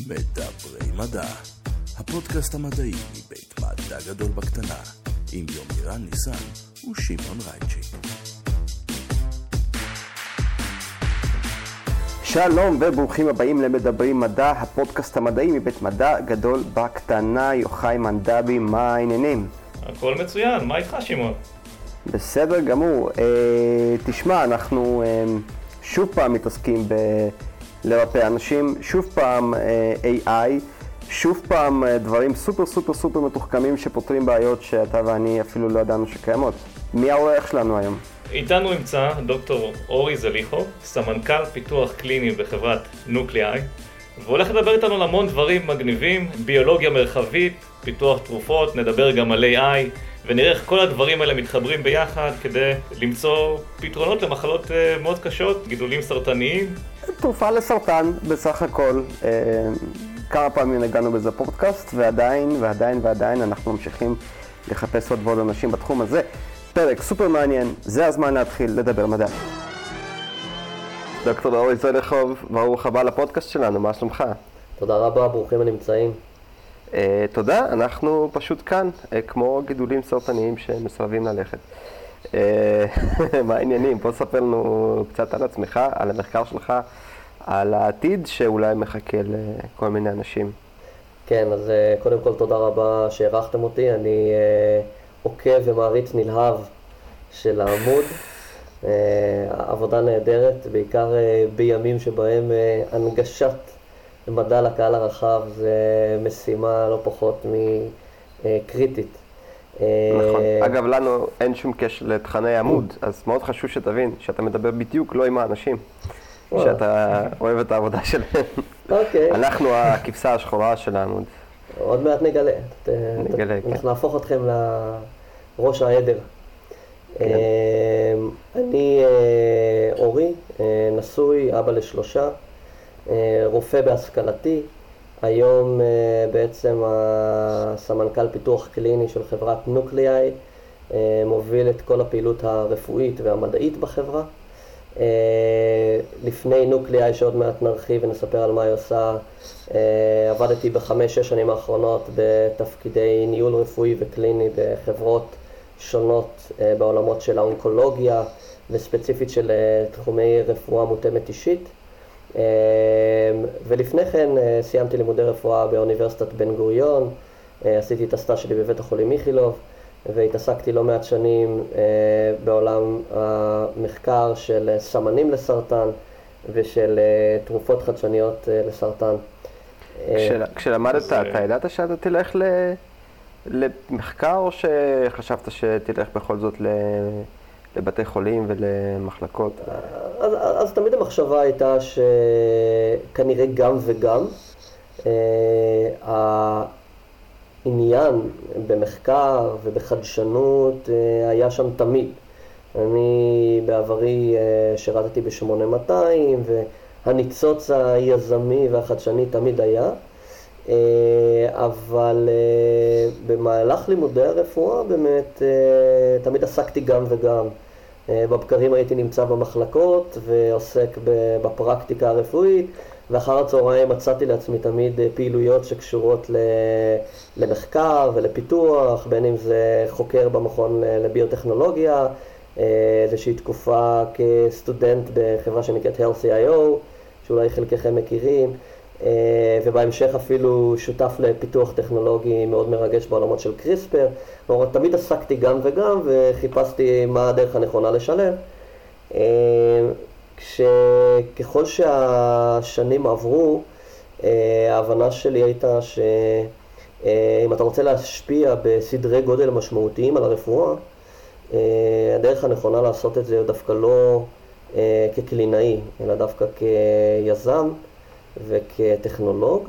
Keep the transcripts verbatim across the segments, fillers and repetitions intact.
מדברי מדע, הפודקאסט המדעי מבית מדע גדול בקטנה, עם יומירן ניסן ושמעון רייצ'י. שלום וברוכים הבאים למדברי מדע, הפודקאסט המדעי מבית מדע גדול בקטנה. יוחאי מנדבי, מה העניינים? הכל מצוין, מה איתך שמעון? בסדר גמור. אה, תשמע, אנחנו אה, שוב פעם מתעסקים בלרפא אנשים, שוב פעם אה, איי איי, שוב פעם אה, דברים סופר סופר סופר מתוחכמים שפותרים בעיות שאתה ואני אפילו לא ידענו שקיימות. מי האורח שלנו היום? איתנו נמצא דוקטור אורי זליחו, סמנכ"ל פיתוח קליני בחברת נוקליאי, והולך לדבר איתנו על המון דברים מגניבים, ביולוגיה מרחבית, פיתוח תרופות, נדבר גם על איי איי, ונראה איך כל הדברים האלה מתחברים ביחד כדי למצוא פתרונות למחלות מאוד קשות, גידולים סרטניים. תרופה לסרטן בסך הכל. כמה פעמים הגענו בזה פודקאסט, ועדיין ועדיין ועדיין אנחנו ממשיכים לחפש עוד ועוד אנשים בתחום הזה. פרק סופר מעניין, זה הזמן להתחיל לדבר מדע. דוקטור אורי זליחו, ברוך הבא לפודקאסט שלנו, מה שלומך? תודה רבה, ברוכים הנמצאים. Uh, תודה, אנחנו פשוט כאן, uh, כמו גידולים סרטניים שמסרבים ללכת. Uh, מה העניינים? בוא ספר לנו קצת על עצמך, על המחקר שלך, על העתיד שאולי מחכה לכל מיני אנשים. כן, אז uh, קודם כל תודה רבה שהערכתם אותי, אני uh, עוקב ומעריץ נלהב של העמוד. Uh, עבודה נהדרת, בעיקר uh, בימים שבהם uh, הנגשת מדע לקהל הרחב זה משימה לא פחות מקריטית. נכון. אגב, לנו אין שום קשר לתכני עמוד, אז מאוד חשוב שתבין שאתה מדבר בדיוק לא עם האנשים, שאתה אוהב את העבודה שלהם. אוקיי. אנחנו הכבשה השחורה של העמוד. עוד מעט נגלה. נגלה, כן. אנחנו נהפוך אתכם לראש העדר. אני אורי, נשוי, אבא לשלושה. רופא בהשכלתי, היום בעצם הסמנכ"ל פיתוח קליני של חברת נוקליאי, מוביל את כל הפעילות הרפואית והמדעית בחברה. לפני נוקליאי, שעוד מעט נרחיב ונספר על מה היא עושה, עבדתי בחמש, שש שנים האחרונות בתפקידי ניהול רפואי וקליני בחברות שונות בעולמות של האונקולוגיה וספציפית של תחומי רפואה מותאמת אישית. ולפני כן סיימתי לימודי רפואה באוניברסיטת בן גוריון, עשיתי את הסטאז' שלי בבית החולים איכילוב, והתעסקתי לא מעט שנים בעולם המחקר של סמנים לסרטן ושל תרופות חדשניות לסרטן. כשלמדת, אתה ידעת שאתה תלך למחקר או שחשבת שתלך בכל זאת לבתי חולים ולמחלקות? אז, אז תמיד המחשבה הייתה שכנראה גם וגם. העניין במחקר ובחדשנות היה שם תמיד. אני בעברי שירתתי ב-שמונה מאתיים, והניצוץ היזמי והחדשני תמיד היה. אבל במהלך לימודי הרפואה באמת תמיד עסקתי גם וגם. בבקרים הייתי נמצא במחלקות ועוסק בפרקטיקה הרפואית, ואחר הצהריים מצאתי לעצמי תמיד פעילויות שקשורות למחקר ולפיתוח, בין אם זה חוקר במכון לביוטכנולוגיה, איזושהי תקופה כסטודנט בחברה שנקראת Healthy איי או, שאולי חלקכם מכירים, ובהמשך אפילו שותף לפיתוח טכנולוגי מאוד מרגש בעולמות של קריספר. כלומר, תמיד עסקתי גם וגם וחיפשתי מה הדרך הנכונה לשלב. ככל שהשנים עברו, ההבנה שלי הייתה שאם אתה רוצה להשפיע בסדרי גודל משמעותיים על הרפואה, הדרך הנכונה לעשות את זה דווקא לא כקלינאי, אלא דווקא כיזם וכטכנולוג,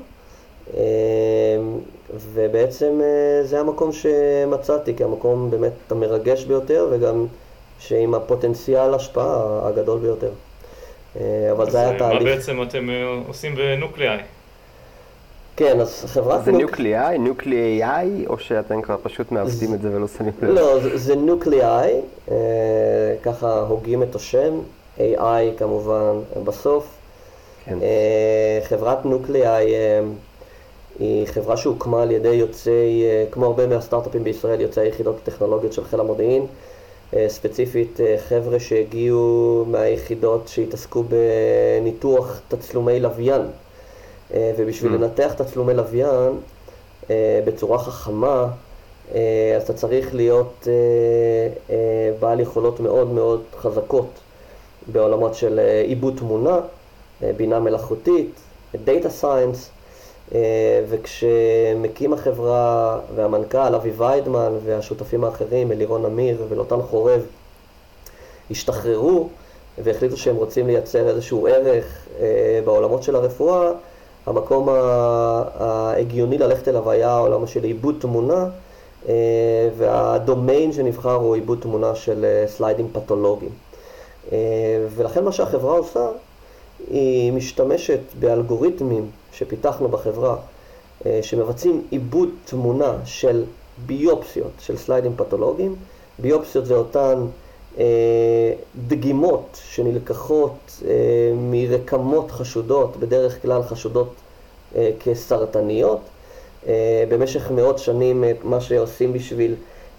ובעצם זה המקום שמצאתי כמקום באמת המרגש ביותר, וגם שעם הפוטנציאל השפעה הגדול ביותר. אבל זה היה תהליך. מה בעצם אתם עושים בנוקליאי? כן, אז חברת... זה נוקליאי, נוקליאי, או שאתם כבר פשוט מעבדים את זה ולא שמים לב? לא, זה נוקליאי, ככה הוגים את השם, איי איי כמובן בסוף. כן. חברת נוקליאי היא חברה שהוקמה על ידי יוצאי, כמו הרבה מהסטארט-אפים בישראל, יוצאי יחידות טכנולוגיות של חיל המודיעין, ספציפית חבר'ה שהגיעו מהיחידות שהתעסקו בניתוח תצלומי לוויין. ובשביל mm. לנתח תצלומי לוויין בצורה חכמה, אז אתה צריך להיות בעל יכולות מאוד מאוד חזקות בעולמות של עיבוד תמונה, בינה מלאכותית, Data Science, וכשמקים החברה והמנכ"ל אבי ויידמן והשותפים האחרים, אלירון אמיר ולוטן חורב, השתחררו והחליטו שהם רוצים לייצר איזשהו ערך בעולמות של הרפואה, המקום ההגיוני ללכת אליו היה העולם של עיבוד תמונה, והדומיין שנבחר הוא עיבוד תמונה של סליידים פתולוגיים. ולכן מה שהחברה עושה, היא משתמשת באלגוריתמים שפיתחנו בחברה, שמבצעים עיבוד תמונה של ביופסיות, של סליידים פתולוגיים. ביופסיות זה אותן דגימות שנלקחות מרקמות חשודות, בדרך כלל חשודות כסרטניות. במשך מאות שנים מה שעושים בשביל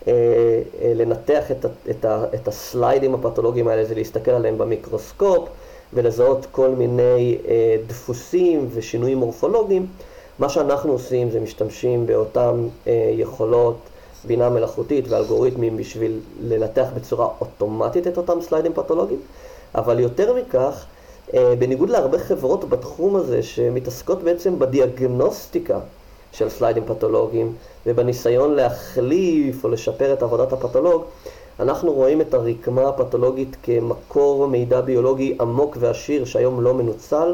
לנתח את, את, את הסליידים הפתולוגיים האלה זה להסתכל עליהם במיקרוסקופ ולזהות כל מיני דפוסים ושינויים מורפולוגיים. מה שאנחנו עושים זה משתמשים באותם יכולות בינה מלאכותית ואלגוריתמים בשביל לנתח בצורה אוטומטית את אותם סליידים פתולוגיים, אבל יותר מכך, בניגוד להרבה חברות בתחום הזה שמתעסקות בעצם בדיאגנוסטיקה של סליידים פתולוגיים ובניסיון להחליף או לשפר את עבודת הפתולוג, אנחנו רואים את הרקמה הפתולוגית כמקור מידע ביולוגי עמוק ועשיר שהיום לא מנוצל.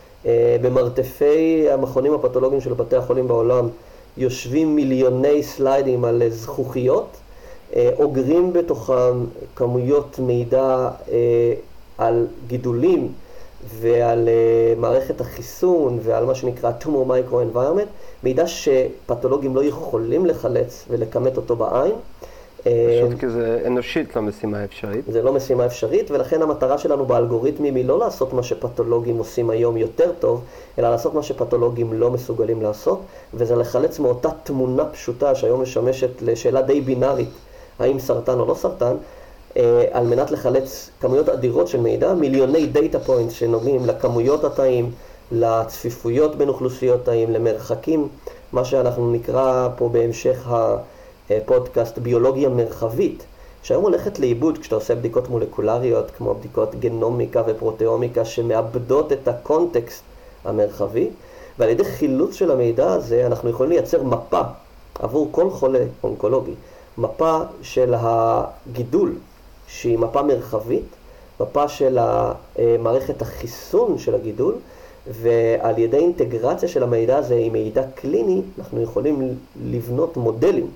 במרתפי המכונים הפתולוגיים של בתי החולים בעולם יושבים מיליוני סליידים על זכוכיות, אוגרים בתוכם כמויות מידע על גידולים ועל מערכת החיסון ועל מה שנקרא tumor microenvironment, מידע שפתולוגים לא יכולים לחלץ ולכמת אותו בעין. פשוט כי זה אנושית לא משימה אפשרית. זה לא משימה אפשרית, ולכן המטרה שלנו באלגוריתמים היא לא לעשות מה שפתולוגים עושים היום יותר טוב, אלא לעשות מה שפתולוגים לא מסוגלים לעשות, וזה לחלץ מאותה תמונה פשוטה שהיום משמשת לשאלה די בינארית, האם סרטן או לא סרטן, על מנת לחלץ כמויות אדירות של מידע, מיליוני דאטה פוינטס שנוגעים לכמויות התאים, לצפיפויות בין אוכלוסיות תאים, למרחקים, מה שאנחנו נקרא פה בהמשך הפודקאסט ביולוגיה מרחבית, שהיום הולכת לאיבוד כשאתה עושה בדיקות מולקולריות, כמו בדיקות גנומיקה ופרוטאומיקה, שמאבדות את הקונטקסט המרחבי, ועל ידי חילוץ של המידע הזה אנחנו יכולים לייצר מפה עבור כל חולה אונקולוגי, מפה של הגידול, שהיא מפה מרחבית, מפה של מערכת החיסון של הגידול, ועל ידי אינטגרציה של המידע הזה עם מידע קליני, אנחנו יכולים לבנות מודלים,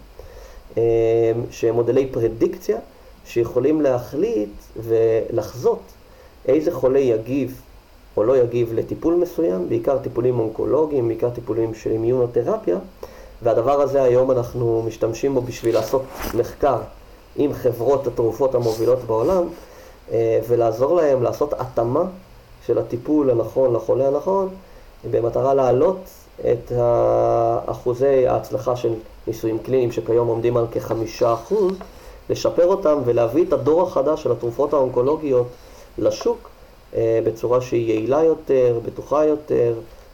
שהם מודלי פרדיקציה, שיכולים להחליט ולחזות איזה חולה יגיב או לא יגיב לטיפול מסוים, בעיקר טיפולים אונקולוגיים, בעיקר טיפולים של אימיונותרפיה, והדבר הזה היום אנחנו משתמשים בו בשביל לעשות מחקר עם חברות התרופות המובילות בעולם, ולעזור להם לעשות התאמה של הטיפול הנכון לחולה הנכון, במטרה להעלות את אחוזי ההצלחה של ניסויים קליניים שכיום עומדים על כחמישה אחוז, לשפר אותם ולהביא את הדור החדש של התרופות האונקולוגיות לשוק בצורה שהיא יעילה יותר, בטוחה יותר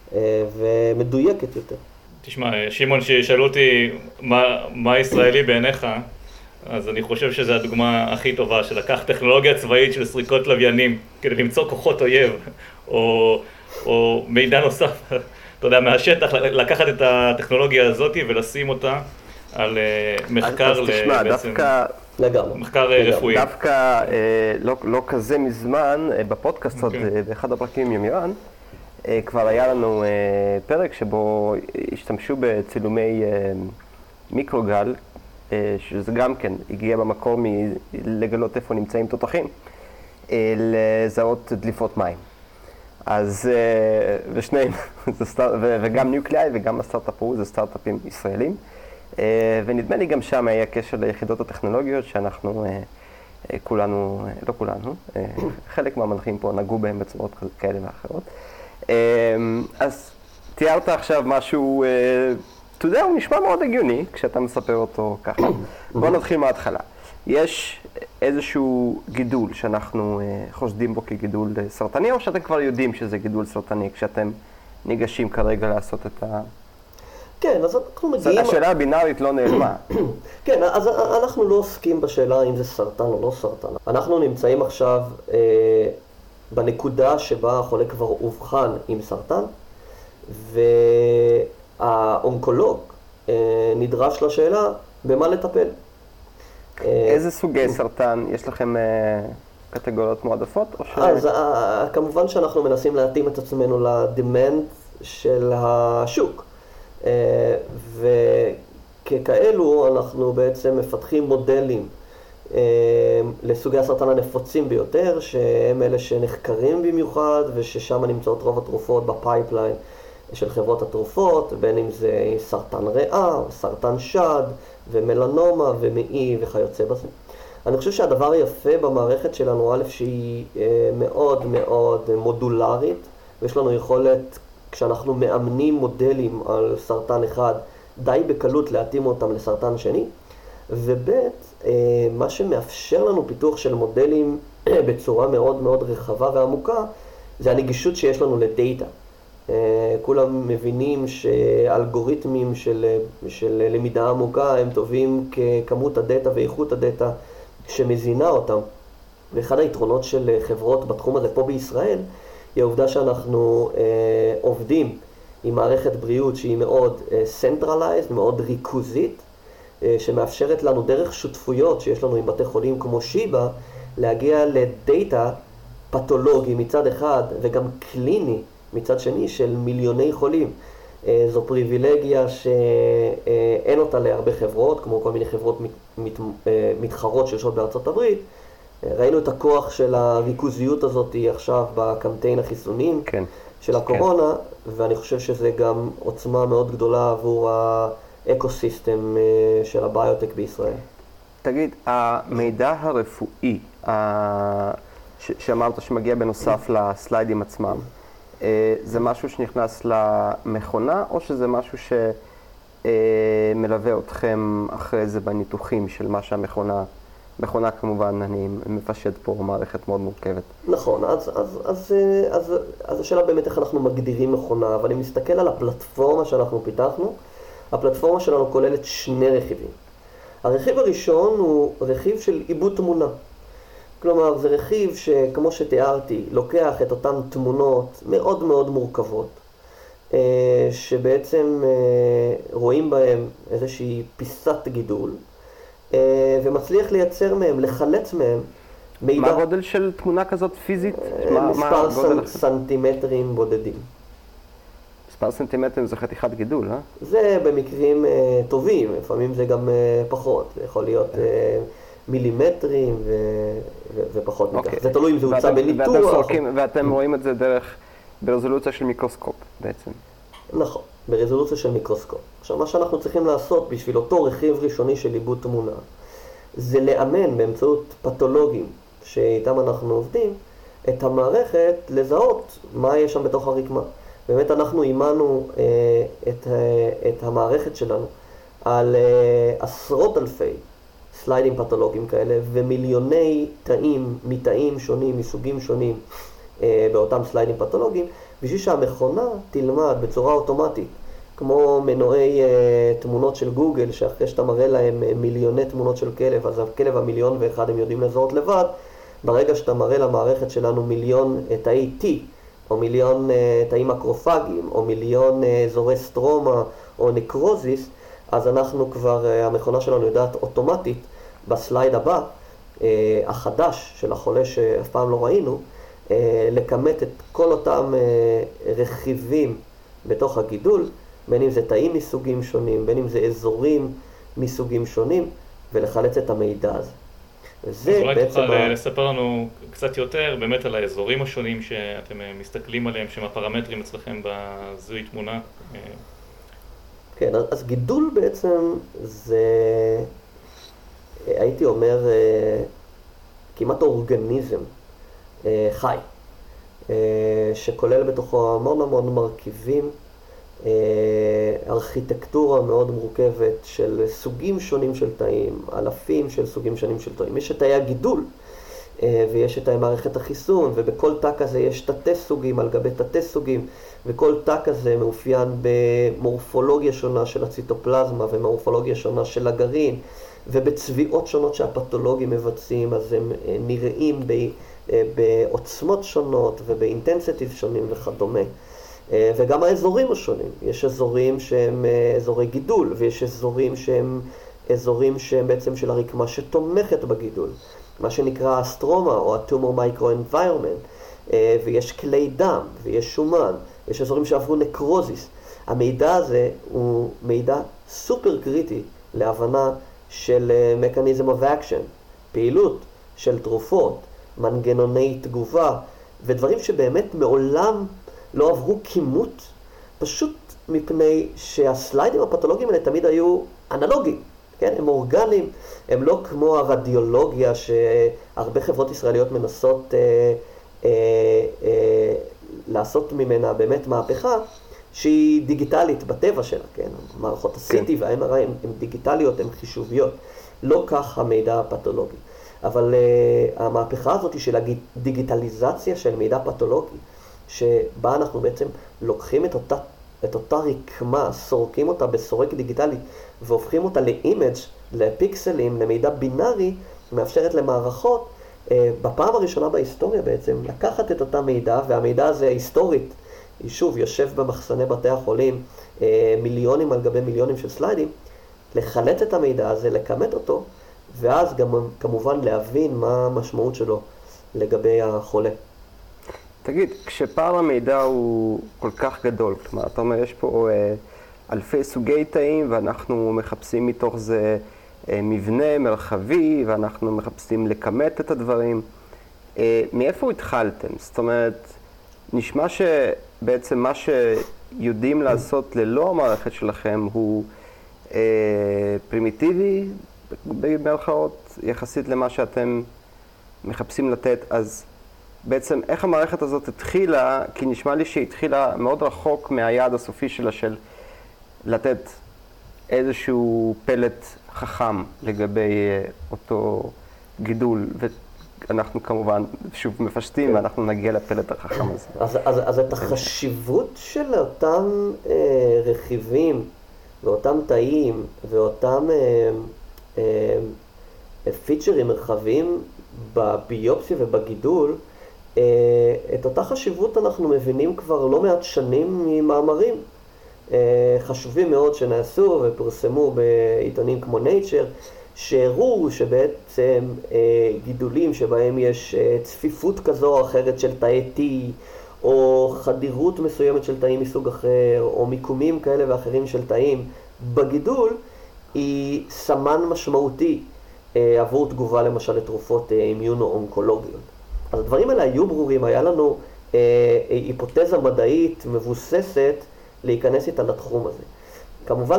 ומדויקת יותר. תשמע, שמעון, שישאלו אותי מה, מה ישראלי בעיניך, אז אני חושב שזו הדוגמה הכי טובה, שלקח טכנולוגיה צבאית של סריקות לוויינים כדי למצוא כוחות אויב, או, או מידע נוסף, אתה יודע, מהשטח, לקחת את הטכנולוגיה הזאת ולשים אותה על מחקר אז, אז תשמע, בעצם, דווקא, מחקר לגמרי. רפואי. דווקא אה, לא, לא כזה מזמן, אה, בפודקאסט עוד, okay. באחד הפרקים עם ימירן, אה, כבר היה לנו אה, פרק שבו השתמשו בצילומי אה, מיקרוגל, שזה גם כן הגיע במקור מלגלות איפה נמצאים תותחים, לזהות דליפות מים. אז, ושניהם, וגם נוקליאי וגם הסטארט-אפ הוא, זה סטארט-אפים ישראלים. ונדמה לי גם שם היה קשר ליחידות הטכנולוגיות שאנחנו כולנו, לא כולנו, חלק מהמנחים פה נגעו בהם בצורות כאלה ואחרות. אז תיארת עכשיו משהו, אתה יודע, הוא נשמע מאוד הגיוני כשאתה מספר אותו ככה. בוא נתחיל מההתחלה. יש איזשהו גידול שאנחנו חושדים בו כגידול סרטני, או שאתם כבר יודעים שזה גידול סרטני כשאתם ניגשים כרגע לעשות את ה... כן, אז אנחנו מגיעים... השאלה הבינארית לא נעלמה. כן, אז אנחנו לא עוסקים בשאלה אם זה סרטן או לא סרטן. אנחנו נמצאים עכשיו אה, בנקודה שבה החולה כבר אובחן עם סרטן, והאונקולוג אה, נדרש לשאלה במה לטפל. איזה סוגי סרטן? יש לכם אה, קטגוריות מועדפות? או ש... אז אה, כמובן שאנחנו מנסים להתאים את עצמנו לדמנט של השוק. וככאלו אנחנו בעצם מפתחים מודלים לסוגי הסרטן הנפוצים ביותר, שהם אלה שנחקרים במיוחד וששם נמצאות רוב התרופות בפייפליין של חברות התרופות, בין אם זה סרטן ריאה, סרטן שד ומלנומה ומעי וכיוצא בזה. אני חושב שהדבר היפה במערכת שלנו, א', שהיא מאוד מאוד מודולרית, ויש לנו יכולת כשאנחנו מאמנים מודלים על סרטן אחד, די בקלות להתאים אותם לסרטן שני, וב' מה שמאפשר לנו פיתוח של מודלים בצורה מאוד מאוד רחבה ועמוקה, זה הנגישות שיש לנו לדאטה. כולם מבינים שאלגוריתמים של, של למידה עמוקה הם טובים ככמות הדאטה ואיכות הדאטה שמזינה אותם. ואחד היתרונות של חברות בתחום הזה פה בישראל, היא העובדה שאנחנו אה, עובדים עם מערכת בריאות שהיא מאוד אה, centralized, מאוד ריכוזית, אה, שמאפשרת לנו דרך שותפויות שיש לנו עם בתי חולים כמו שיבא, להגיע לדאטה פתולוגי מצד אחד וגם קליני מצד שני של מיליוני חולים. אה, זו פריבילגיה שאין אותה להרבה חברות, כמו כל מיני חברות מת, מת, אה, מתחרות שיושבות בארצות הברית. ראינו את הכוח של הריכוזיות הזאת עכשיו בקמפיין החיסונים כן. של הקורונה, כן. ואני חושב שזה גם עוצמה מאוד גדולה עבור האקוסיסטם של הביוטק בישראל. תגיד, המידע הרפואי ש- שאמרת שמגיע בנוסף לסליידים עצמם, זה משהו שנכנס למכונה, או שזה משהו שמלווה אתכם אחרי זה בניתוחים של מה שהמכונה... מכונה כמובן, אני מפשט פה מערכת מאוד מורכבת. נכון, אז, אז, אז, אז, אז השאלה באמת איך אנחנו מגדירים מכונה, אבל אם נסתכל על הפלטפורמה שאנחנו פיתחנו, הפלטפורמה שלנו כוללת שני רכיבים. הרכיב הראשון הוא רכיב של עיבוד תמונה. כלומר, זה רכיב שכמו שתיארתי, לוקח את אותן תמונות מאוד מאוד מורכבות, שבעצם רואים בהם איזושהי פיסת גידול, ומצליח לייצר מהם, לחלץ מהם מידע. מה הגודל של תמונה כזאת פיזית? מספר סנטימטרים בודדים. מספר סנטימטרים זה חתיכת גידול, אה? זה במקרים טובים, לפעמים זה גם פחות. זה יכול להיות מילימטרים ופחות מכך. זה תלוי אם זה הוצא בניתוח. ואתם רואים את זה דרך, ברזולוציה של מיקרוסקופ בעצם. נכון. ברזולוציה של מיקרוסקופ. עכשיו, מה שאנחנו צריכים לעשות בשביל אותו רכיב ראשוני של עיבוד תמונה, זה לאמן באמצעות פתולוגים שאיתם אנחנו עובדים, את המערכת לזהות מה יש שם בתוך הרקמה. באמת אנחנו אימנו אה, את, אה, את המערכת שלנו על אה, עשרות אלפי סליידים פתולוגיים כאלה, ומיליוני תאים מתאים שונים, מסוגים שונים אה, באותם סליידים פתולוגיים, בשביל שהמכונה תלמד בצורה אוטומטית, כמו מנועי uh, תמונות של גוגל, שאחרי שאתה מראה להם מיליוני תמונות של כלב, אז הכלב המיליון ואחד הם יודעים לזהות לבד. ברגע שאתה מראה למערכת שלנו מיליון uh, תאי T, או מיליון uh, תאי מקרופגים, או מיליון uh, אזורי סטרומה, או נקרוזיס, אז אנחנו כבר, uh, המכונה שלנו יודעת אוטומטית, בסלייד הבא, uh, החדש של החולה שאף פעם לא ראינו, לכמת את כל אותם רכיבים בתוך הגידול, בין אם זה תאים מסוגים שונים, בין אם זה אזורים מסוגים שונים, ולחלץ את המידע הזה. זה אולי תוכל ה... לספר לנו קצת יותר באמת על האזורים השונים שאתם מסתכלים עליהם, שהם הפרמטרים אצלכם בזיהוי תמונה. כן, אז גידול בעצם זה, הייתי אומר, כמעט אורגניזם חי. שכולל בתוכו המון המון מרכיבים, ארכיטקטורה מאוד מורכבת של סוגים שונים של תאים, אלפים של סוגים שונים של תאים. יש את תאי הגידול, ויש את תאי מערכת החיסון, ובכל תא כזה יש תתי סוגים על גבי תתי סוגים, וכל תא כזה מאופיין במורפולוגיה שונה של הציטופלזמה ומורפולוגיה שונה של הגרעין, ובצביעות שונות שהפתולוגים מבצעים, אז הם נראים בעוצמות שונות ובאינטנסיטיב שונים וכדומה. וגם האזורים השונים, יש אזורים שהם אזורי גידול, ויש אזורים שהם אזורים שהם בעצם של הרקמה שתומכת בגידול, מה שנקרא הסטרומה או הטומור מייקרו אנביירמנט, ויש כלי דם, ויש שומן, יש אזורים שעברו נקרוזיס. המידע הזה הוא מידע סופר קריטי להבנה של mechanism of action, פעילות של תרופות, מנגנוני תגובה, ודברים שבאמת מעולם לא עברו כימות, פשוט מפני שהסליידים הפתולוגיים האלה תמיד היו אנלוגיים, כן? הם אורגניים, הם לא כמו הרדיולוגיה שהרבה חברות ישראליות מנסות אה, אה, אה, לעשות ממנה באמת מהפכה, שהיא דיגיטלית בטבע שלה, כן? מערכות ה-סי טי וה-אם אר איי הן דיגיטליות, הן חישוביות, לא כך המידע הפתולוגי. אבל uh, המהפכה הזאת היא של הדיגיטליזציה של מידע פתולוגי, שבה אנחנו בעצם לוקחים את אותה, את אותה רקמה, סורקים אותה בסורק דיגיטלי, והופכים אותה לאימג', לפיקסלים, למידע בינארי, מאפשרת למערכות, uh, בפעם הראשונה בהיסטוריה בעצם, לקחת את אותה מידע, והמידע הזה היסטורית, שוב, יושב במחסני בתי החולים, uh, מיליונים על גבי מיליונים של סליידים, לחלט את המידע הזה, לכמת אותו, ואז גם כמובן להבין מה המשמעות שלו לגבי החולה. תגיד, כשפער המידע הוא כל כך גדול, כלומר, אתה אומר, יש פה אה, אלפי סוגי תאים, ואנחנו מחפשים מתוך זה אה, מבנה מרחבי, ואנחנו מחפשים לכמת את הדברים. אה, מאיפה התחלתם? זאת אומרת, נשמע שבעצם מה שיודעים לעשות ללא המערכת שלכם הוא אה, פרימיטיבי, במרכאות, יחסית למה שאתם מחפשים לתת. אז בעצם איך המערכת הזאת התחילה, כי נשמע לי שהיא התחילה מאוד רחוק מהיעד הסופי שלה של לתת איזשהו פלט חכם לגבי אותו גידול, ואנחנו כמובן שוב מפשטים ואנחנו נגיע לפלט החכם הזה. אז, אז, אז את החשיבות של אותם אה, רכיבים ואותם תאים ואותם אה, פיצ'רים מרחבים בביופסיה ובגידול, את אותה חשיבות אנחנו מבינים כבר לא מעט שנים ממאמרים חשובים מאוד שנעשו ופורסמו בעיתונים כמו Nature, שהראו שבעצם גידולים שבהם יש צפיפות כזו או אחרת של תאי T, או חדירות מסוימת של תאים מסוג אחר, או מיקומים כאלה ואחרים של תאים בגידול, היא סמן משמעותי אה, עבור תגובה למשל לתרופות אה, אימיונו-אונקולוגיות. אז הדברים האלה היו ברורים, היה לנו אה, היפותזה מדעית מבוססת להיכנס איתה לתחום הזה. כמובן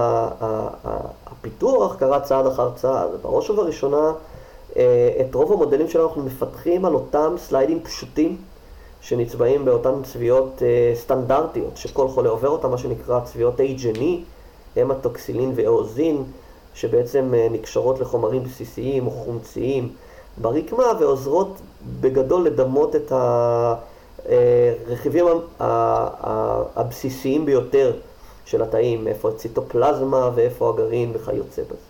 שהפיתוח שה, קרה צעד אחר צעד. בראש ובראשונה, אה, את רוב המודלים שלנו אנחנו מפתחים על אותם סליידים פשוטים, שנצבעים באותן צביעות אה, סטנדרטיות, שכל חולה עובר אותם, מה שנקרא צביעות איי ג'ן אי, המטוקסילין ואוזין, שבעצם נקשרות לחומרים בסיסיים או חומציים ברקמה, ועוזרות בגדול לדמות את הרכיבים הבסיסיים ביותר של התאים, איפה הציטופלזמה ואיפה הגרעין וכיוצא בזה.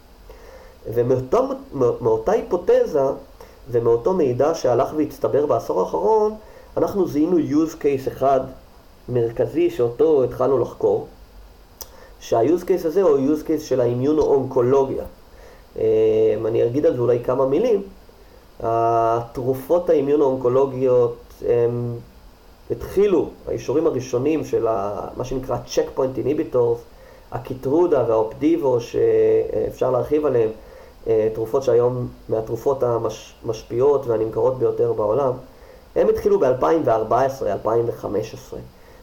ומאותה היפותזה ומאותו מידע שהלך והצטבר בעשור האחרון, אנחנו זיהינו use case אחד מרכזי שאותו התחלנו לחקור, שה-use case הזה הוא use case של האימיונו-אונקולוגיה. אני אגיד על זה אולי כמה מילים. התרופות האימיונו-אונקולוגיות הם התחילו, האישורים הראשונים של מה שנקרא checkpoint inhibitors, הקיטרודה והאופדיבו שאפשר להרחיב עליהם, תרופות שהיום מהתרופות המשפיעות והנמכרות ביותר בעולם, הם התחילו ב-אלפיים וארבע עשרה אלפיים וחמש עשרה.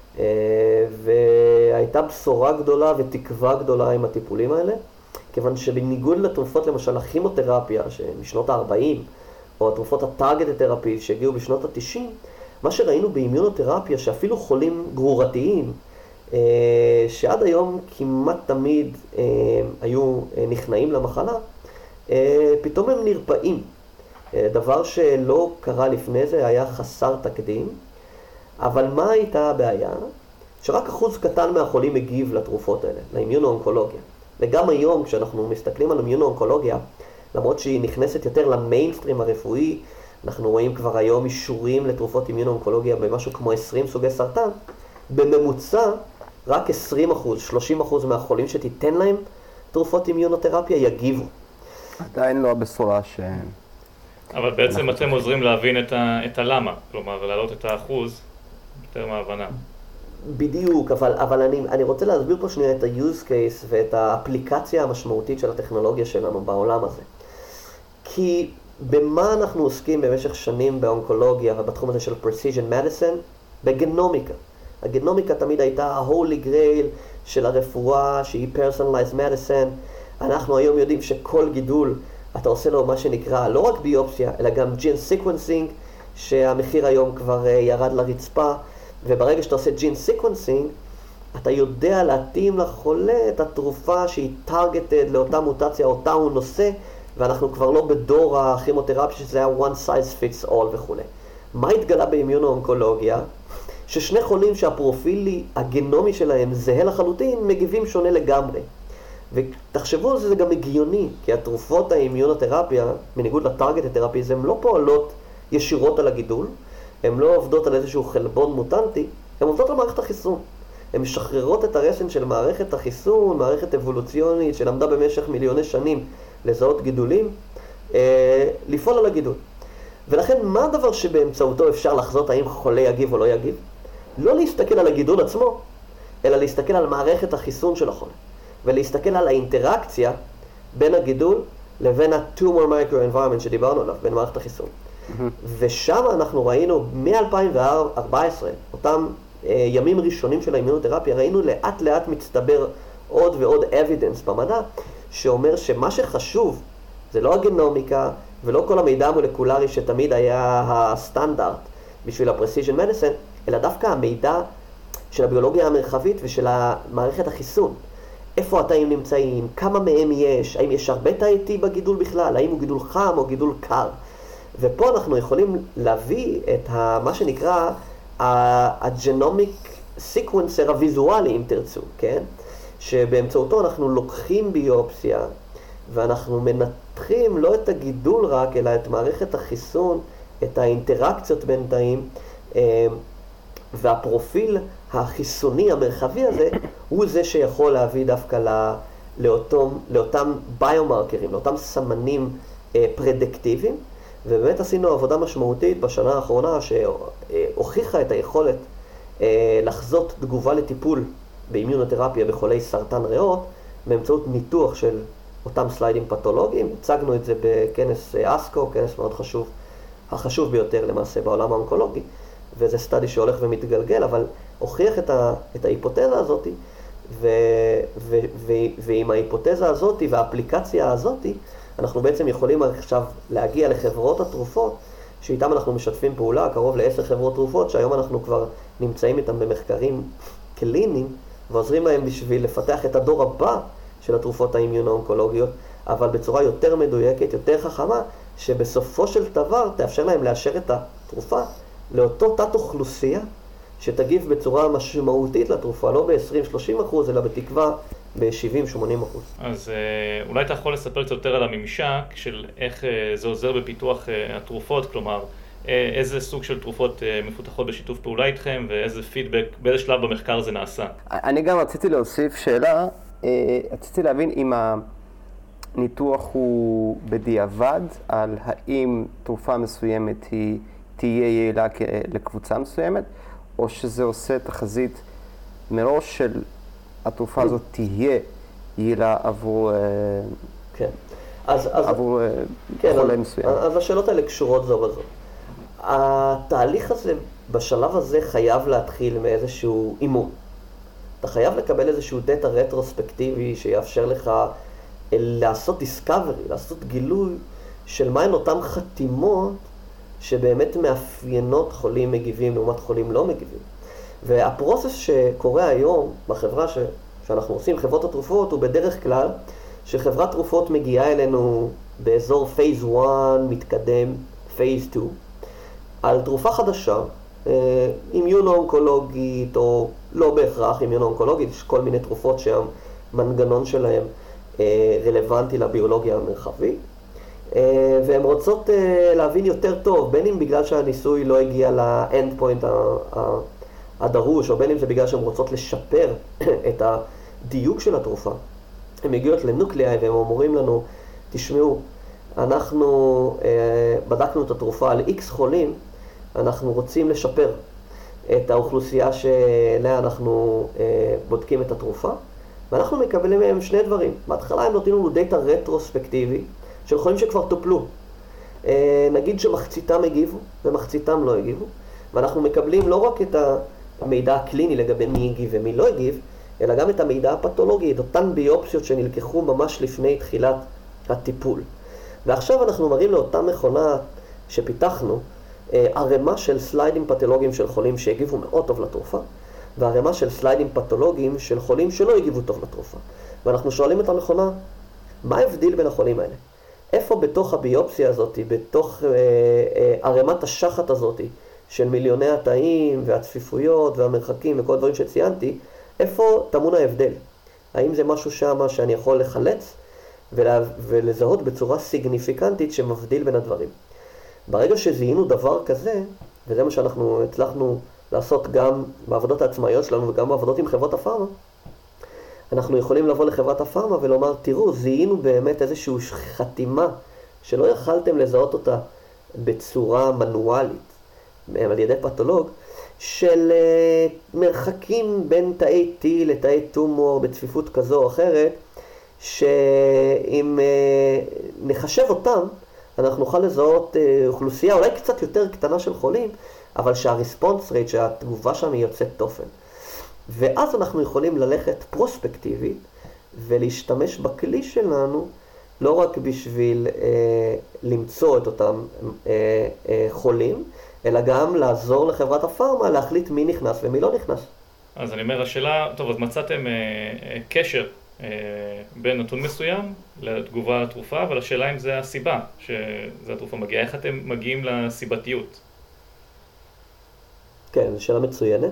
והייתה בשורה גדולה ותקווה גדולה עם הטיפולים האלה, כיוון שבניגוד לתרופות למשל הכימותרפיה משנות ה-ארבעים, או התרופות הטארגטד תרפי שהגיעו בשנות ה-תשעים, מה שראינו באימיונותרפיה, שאפילו חולים גרורתיים, שעד היום כמעט תמיד היו נכנעים למחלה, פתאום הם נרפאים. דבר שלא קרה לפני זה, היה חסר תקדים. אבל מה הייתה הבעיה? שרק אחוז קטן מהחולים הגיב לתרופות האלה, לאימיונו-אונקולוגיה. וגם היום, כשאנחנו מסתכלים על אימיונו-אונקולוגיה, למרות שהיא נכנסת יותר למיינסטרים הרפואי, אנחנו רואים כבר היום אישורים לתרופות אימיונו-אונקולוגיה במשהו כמו עשרים סוגי סרטן, בממוצע רק עשרים אחוז, שלושים אחוז מהחולים שתיתן להם תרופות אימיונותרפיה יגיבו. עדיין לא הבשורה ש... אבל בעצם אתם עוזרים להבין את, ה, את הלמה, כלומר להעלות את האחוז יותר מההבנה. בדיוק, אבל, אבל אני, אני רוצה להסביר פה שנייה את ה-use case ואת האפליקציה המשמעותית של הטכנולוגיה שלנו בעולם הזה. כי במה אנחנו עוסקים במשך שנים באונקולוגיה ובתחום הזה של precision medicine? בגנומיקה. הגנומיקה תמיד הייתה ה-holy grail של הרפואה, שהיא personalized medicine. אנחנו היום יודעים שכל גידול, אתה עושה לו מה שנקרא לא רק ביופסיה, אלא גם gene sequencing, שהמחיר היום כבר ירד לרצפה, וברגע שאתה עושה gene sequencing, אתה יודע להתאים לחולה את התרופה שהיא targeted לאותה מוטציה, אותה הוא נושא, ואנחנו כבר לא בדור הכימותרפיה שזה היה one size fits all וכו'. מה התגלה באימיונו-אונקולוגיה? ששני חולים שהפרופיל הגנומי שלהם זהה לחלוטין, מגיבים שונה לגמרי. ותחשבו על זה, זה גם הגיוני, כי התרופות האימיונותרפיה, בניגוד לטרגטד תרפיז, הן לא פועלות ישירות על הגידול, הן לא עובדות על איזשהו חלבון מוטנטי, הן עובדות על מערכת החיסון. הן משחררות את הרסן של מערכת החיסון, מערכת אבולוציונית שלמדה במשך מיליוני שנים לזהות גידולים, אה, לפעול על הגידול. ולכן מה הדבר שבאמצעותו אפשר לחזות האם חולה יגיב או לא יגיב? לא להסתכל על הגידול עצמו, אלא להסתכל על מערכת החיסון של החולה. ולהסתכל על האינטראקציה בין הגידול לבין ה-tumor microenvironment שדיברנו עליו, בין מערכת החיסון. Mm-hmm. ושם אנחנו ראינו מ-אלפיים וארבע עשרה, אותם אה, ימים ראשונים של האימיונותרפיה, ראינו לאט לאט מצטבר עוד ועוד evidence במדע, שאומר שמה שחשוב זה לא הגנומיקה ולא כל המידע המולקולרי שתמיד היה הסטנדרט בשביל ה-precision medicine, אלא דווקא המידע של הביולוגיה המרחבית ושל מערכת החיסון. איפה התאים נמצאים, כמה מהם יש, האם יש הרבה תאי T בגידול בכלל, האם הוא גידול חם או גידול קר. ופה אנחנו יכולים להביא את ה, מה שנקרא הג'נומיק סיקוונסר הוויזואלי, אם תרצו, כן? שבאמצעותו אנחנו לוקחים ביופסיה ואנחנו מנתחים לא את הגידול רק, אלא את מערכת החיסון, את האינטראקציות בין תאים, והפרופיל החיסוני המרחבי הזה הוא זה שיכול להביא דווקא לאותם, לאותם ביומרקרים, לאותם סמנים פרדקטיביים, ובאמת עשינו עבודה משמעותית בשנה האחרונה שהוכיחה את היכולת לחזות תגובה לטיפול באימיונותרפיה בחולי סרטן ריאות באמצעות ניתוח של אותם סליידים פתולוגיים. הצגנו את זה בכנס אסקו, כנס מאוד חשוב, החשוב ביותר למעשה בעולם האונקולוגי, וזה סטאדי שהולך ומתגלגל, אבל הוכיח את, ה, את ההיפותזה הזאת, ו, ו, ו, ועם ההיפותזה הזאת והאפליקציה הזאת, אנחנו בעצם יכולים עכשיו להגיע לחברות התרופות, שאיתם אנחנו משתפים פעולה, קרוב לעשר חברות תרופות, שהיום אנחנו כבר נמצאים איתם במחקרים קליניים, ועוזרים להם בשביל לפתח את הדור הבא של התרופות האימיונו-אונקולוגיות, אבל בצורה יותר מדויקת, יותר חכמה, שבסופו של דבר תאפשר להם לאשר את התרופה לאותו תת אוכלוסייה, שתגיב בצורה משמעותית לתרופה, לא ב-עשרים שלושים אחוז, אלא בתקווה ב-שבעים שמונים אחוז. אז אולי אתה יכול לספר קצת יותר על הממשק של איך זה עוזר בפיתוח התרופות, כלומר, איזה סוג של תרופות מפותחות בשיתוף פעולה איתכם, ואיזה פידבק, באיזה שלב במחקר זה נעשה? אני גם רציתי להוסיף שאלה, רציתי להבין אם הניתוח הוא בדיעבד, על האם תרופה מסוימת היא תהיה יעילה לקבוצה מסוימת, או שזה עושה תחזית מראש של התרופה הזאת תהיה יעילה עבור, כן. אז, אז, עבור כן, חולה אז, מסוים. אז השאלות האלה קשורות זו בזו. התהליך הזה, בשלב הזה חייב להתחיל מאיזשהו אימון. אתה חייב לקבל איזשהו דאטה רטרוספקטיבי שיאפשר לך לעשות דיסקאברי, לעשות גילוי של מהן אותם חתימות שבאמת מאפיינות חולים מגיבים לעומת חולים לא מגיבים. והפרוסס שקורה היום בחברה ש... שאנחנו עושים, חברות התרופות, הוא בדרך כלל שחברת תרופות מגיעה אלינו באזור פייז אחת, מתקדם פייז שתיים, על תרופה חדשה, אימיונו-אונקולוגית או לא בהכרח אימיונו-אונקולוגית, יש כל מיני תרופות שהמנגנון שלהם רלוונטי לביולוגיה המרחבית, והן רוצות להבין יותר טוב, בין אם בגלל שהניסוי לא הגיע לאנד פוינט הדרוש, או בין אם זה בגלל שהן רוצות לשפר את הדיוק של התרופה. הן מגיעות לנוקליאי והם אומרים לנו, תשמעו, אנחנו בדקנו את התרופה על X חולים, אנחנו רוצים לשפר את האוכלוסייה שאליה אנחנו בודקים את התרופה, ואנחנו מקבלים מהם שני דברים. בהתחלה הם נותנים לנו דאטה רטרוספקטיבי של חולים שכבר טופלו. נגיד שמחציתם הגיבו ומחציתם לא הגיבו, ואנחנו מקבלים לא רק את המידע הקליני לגבי מי הגיב ומי לא הגיב, אלא גם את המידע הפתולוגי, את אותן ביופסיות שנלקחו ממש לפני תחילת הטיפול. ועכשיו אנחנו מראים לאותה מכונה שפיתחנו, ערימה של סליידים פתולוגיים של חולים שהגיבו מאוד טוב לתרופה, והערימה של סליידים פתולוגיים של חולים שלא הגיבו טוב לתרופה. ואנחנו שואלים את המכונה, מה ההבדיל בין החולים האלה? איפה בתוך הביופסיה הזאת, בתוך אה, אה, ערימת השחת הזאת של מיליוני התאים והצפיפויות והמרחקים וכל הדברים שציינתי, איפה טמון ההבדל? האם זה משהו שמה שאני יכול לחלץ ולה, ולזהות בצורה סיגניפיקנטית שמבדיל בין הדברים? ברגע שזיהינו דבר כזה, וזה מה שאנחנו הצלחנו לעשות גם בעבודות העצמאיות שלנו וגם בעבודות עם חברות הפארמה, אנחנו יכולים לבוא לחברת הפארמה ולומר, תראו, זיהינו באמת איזושהי חתימה שלא יכלתם לזהות אותה בצורה מנואלית, על ידי פתולוג, של מרחקים בין תאי T לתאי טומור בצפיפות כזו או אחרת, שאם נחשב אותם, אנחנו נוכל לזהות אוכלוסייה אולי קצת יותר קטנה של חולים, אבל שהרספונס רייט, שהתגובה שם היא יוצאת תופן. ואז אנחנו יכולים ללכת פרוספקטיבית ולהשתמש בכלי שלנו לא רק בשביל אה, למצוא את אותם אה, אה, חולים, אלא גם לעזור לחברת הפארמה להחליט מי נכנס ומי לא נכנס. אז אני אומר, השאלה, טוב, אז מצאתם אה, אה, קשר אה, בין נתון מסוים לתגובה לתרופה, אבל השאלה אם זה הסיבה שזו התרופה מגיעה, איך אתם מגיעים לסיבתיות? כן, זו שאלה מצוינת.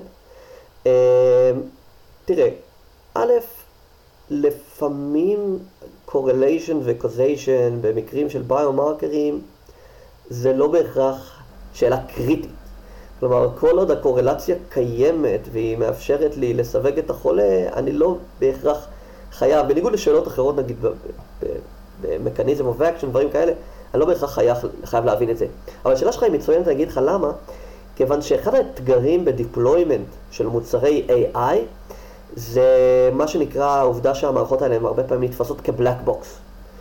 תראה, א', לפעמים correlation ו-causation במקרים של ביומרקרים זה לא בהכרח שאלה קריטית. כלומר, כל עוד הקורלציה קיימת והיא מאפשרת לי לסווג את החולה, אני לא בהכרח חייב, בניגוד לשאלות אחרות, נגיד במכניזם of action, דברים כאלה, אני לא בהכרח חייב, חייב להבין את זה. אבל השאלה שלך היא מצוינת, אני אגיד לך למה, כיוון שאחד האתגרים בדיפלוימנט של מוצרי איי איי זה מה שנקרא העובדה שהמערכות האלה הן הרבה פעמים נתפסות כבלק בוקס.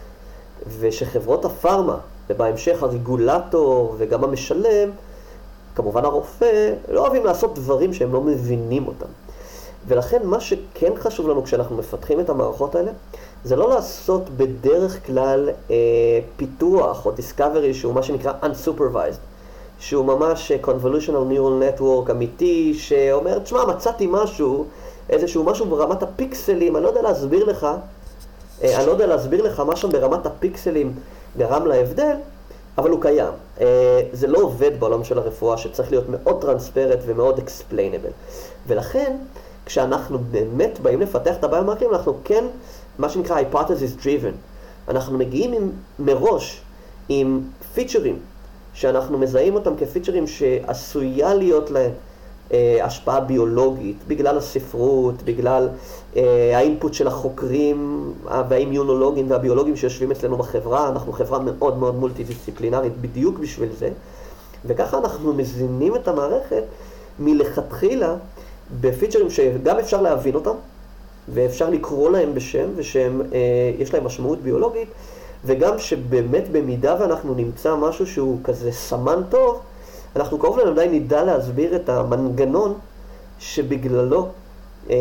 ושחברות הפארמה, ובהמשך הרגולטור וגם המשלם, כמובן הרופא, לא אוהבים לעשות דברים שהם לא מבינים אותם. ולכן מה שכן חשוב לנו כשאנחנו מפתחים את המערכות האלה, זה לא לעשות בדרך כלל אה, פיתוח או דיסקאברי שהוא מה שנקרא unsupervised. שהוא ממש convolutional neural network אמיתי, שאומר, תשמע, מצאתי משהו, איזשהו משהו ברמת הפיקסלים, אני לא יודע להסביר לך, אני לא יודע להסביר לך מה שם ברמת הפיקסלים גרם להבדל, אבל הוא קיים. זה לא עובד בעולם של הרפואה, שצריך להיות מאוד טרנספרנט ומאוד explainable. ולכן, כשאנחנו באמת באים לפתח את הביומרקרים, אנחנו כן, מה שנקרא hypothesis driven. אנחנו מגיעים עם, מראש עם פיצ'רים, שאנחנו מזהים אותם כפיצ'רים שעשויה להיות להם אה, השפעה ביולוגית, בגלל הספרות, בגלל אה, האינפוט של החוקרים והאימיונולוגים והביולוגים שיושבים אצלנו בחברה. אנחנו חברה מאוד מאוד מולטי-דיסציפלינרית בדיוק בשביל זה, וככה אנחנו מזינים את המערכת מלכתחילה בפיצ'רים שגם אפשר להבין אותם, ואפשר לקרוא להם בשם, ושהם, אה, יש להם משמעות ביולוגית, וגם שבאמת במידה ואנחנו נמצא משהו שהוא כזה סמן טוב, אנחנו קרוב למדי נדע להסביר את המנגנון שבגללו אה,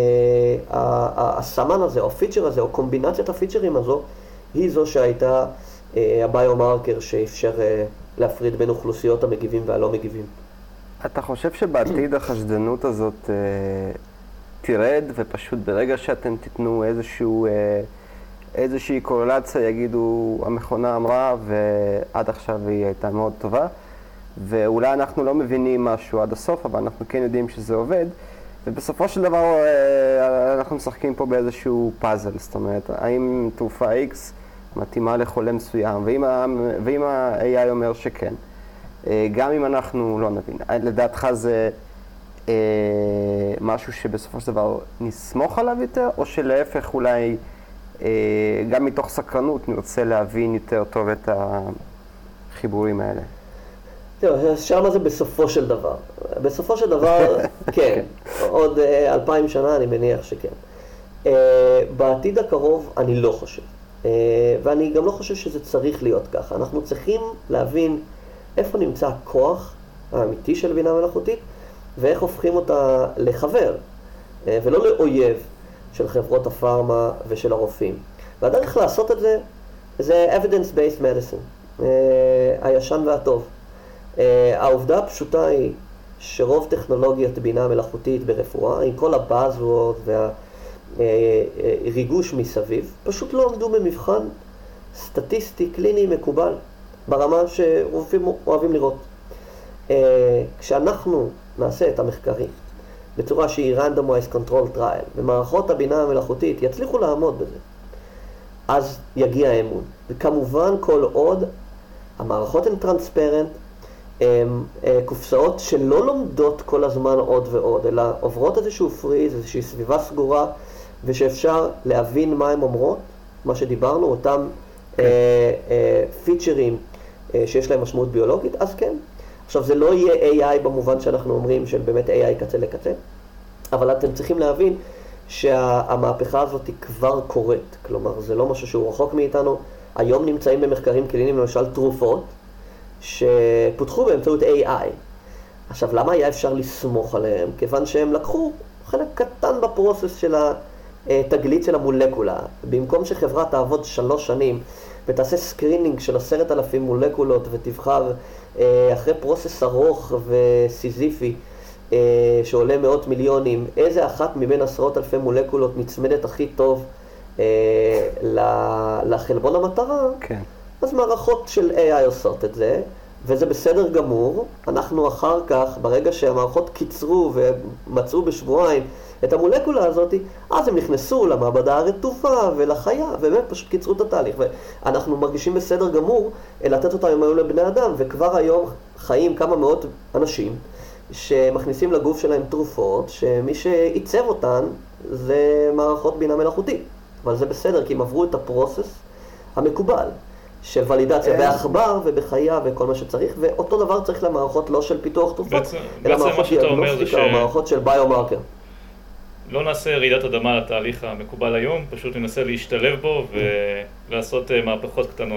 הסמן הזה, או הפיצ'ר הזה, או קומבינציית הפיצ'רים הזו, היא זו שהייתה אה, הביומרקר שאפשר אה, להפריד בין אוכלוסיות המגיבים והלא מגיבים. אתה חושב שבעתיד החשדנות הזאת אה, תרד, ופשוט ברגע שאתם תיתנו איזשהו, אה, איזושהי קורלציה, יגידו המכונה אמרה ועד עכשיו היא הייתה מאוד טובה, ואולי אנחנו לא מבינים משהו עד הסוף, אבל אנחנו כן יודעים שזה עובד, ובסופו של דבר אה, אנחנו משחקים פה באיזשהו פאזל, זאת אומרת, האם תרופה X מתאימה לחולה מסוים, ואם ה-איי איי אומר שכן. גם אם אנחנו לא נבין. לדעתך זה אה, משהו שבסופו של דבר נסמוך עליו יותר, או שלהפך אולי אה, גם מתוך סקרנות נרצה להבין יותר טוב את החיבורים האלה? תראה, שמה זה בסופו של דבר. בסופו של דבר, כן. עוד אה, אלפיים שנה אני מניח שכן. אה, בעתיד הקרוב אני לא חושב. אה, ואני גם לא חושב שזה צריך להיות ככה. אנחנו צריכים להבין איפה נמצא הכוח האמיתי של בינה מלאכותית, ואיך הופכים אותה לחבר, ולא לאויב של חברות הפארמה ושל הרופאים. והדרך לעשות את זה, זה evidence-based medicine, הישן והטוב. העובדה הפשוטה היא שרוב טכנולוגיית בינה מלאכותית ברפואה, עם כל הבאזוורד והריגוש מסביב, פשוט לא עמדו במבחן סטטיסטי, קליני, מקובל. ברמה שרופאים אוהבים לראות. כשאנחנו נעשה את המחקרים בצורה שהיא randomized control trial, ומערכות הבינה המלאכותית יצליחו לעמוד בזה, אז יגיע האמון. וכמובן כל עוד המערכות הן טרנספרנט, הן קופסאות שלא לומדות כל הזמן עוד ועוד, אלא עוברות איזשהו פריז, איזושהי סביבה סגורה, ושאפשר להבין מה הן אומרות, מה שדיברנו, אותם פיצ'רים שיש להם משמעות ביולוגית, אז כן. עכשיו זה לא יהיה איי איי במובן שאנחנו אומרים של באמת איי איי קצה לקצה, אבל אתם צריכים להבין שהמהפכה הזאת היא כבר קורית, כלומר זה לא משהו שהוא רחוק מאיתנו. היום נמצאים במחקרים קליניים למשל תרופות שפותחו באמצעות איי איי. עכשיו למה היה אפשר לסמוך עליהם? כיוון שהם לקחו חלק קטן בפרוסס של התגלית של המולקולה. במקום שחברה תעבוד שלוש שנים ותעשה סקרינינג של עשרת אלפים מולקולות ותבחר אחרי פרוסס ארוך וסיזיפי שעולה מאות מיליונים, איזה אחת מבין עשרות אלפי מולקולות נצמדת הכי טוב לחלבון המטרה, כן. אז מערכות של איי איי עושות את זה, וזה בסדר גמור. אנחנו אחר כך, ברגע שהמערכות קיצרו ומצאו בשבועיים את המולקולה הזאת, אז הם נכנסו למעבדה הרטובה ולחיה, ובאמת פשוט קיצרו את התהליך. ואנחנו מרגישים בסדר גמור לתת אותם היום לבני אדם, וכבר היום חיים כמה מאות אנשים שמכניסים לגוף שלהם תרופות, שמי שעיצב אותן זה מערכות בינה מלאכותית. אבל זה בסדר, כי הם עברו את הפרוסס המקובל של ולידציה בעכבר ובחיה וכל מה שצריך, ואותו דבר צריך למערכות לא של פיתוח תרופות, אלא מערכות דיאגנוסטיקה או מערכות של ביומרקר. לא נעשה רעידת אדמה לתהליך המקובל היום, פשוט ננסה להשתלב בו ולעשות מהפכות קטנות.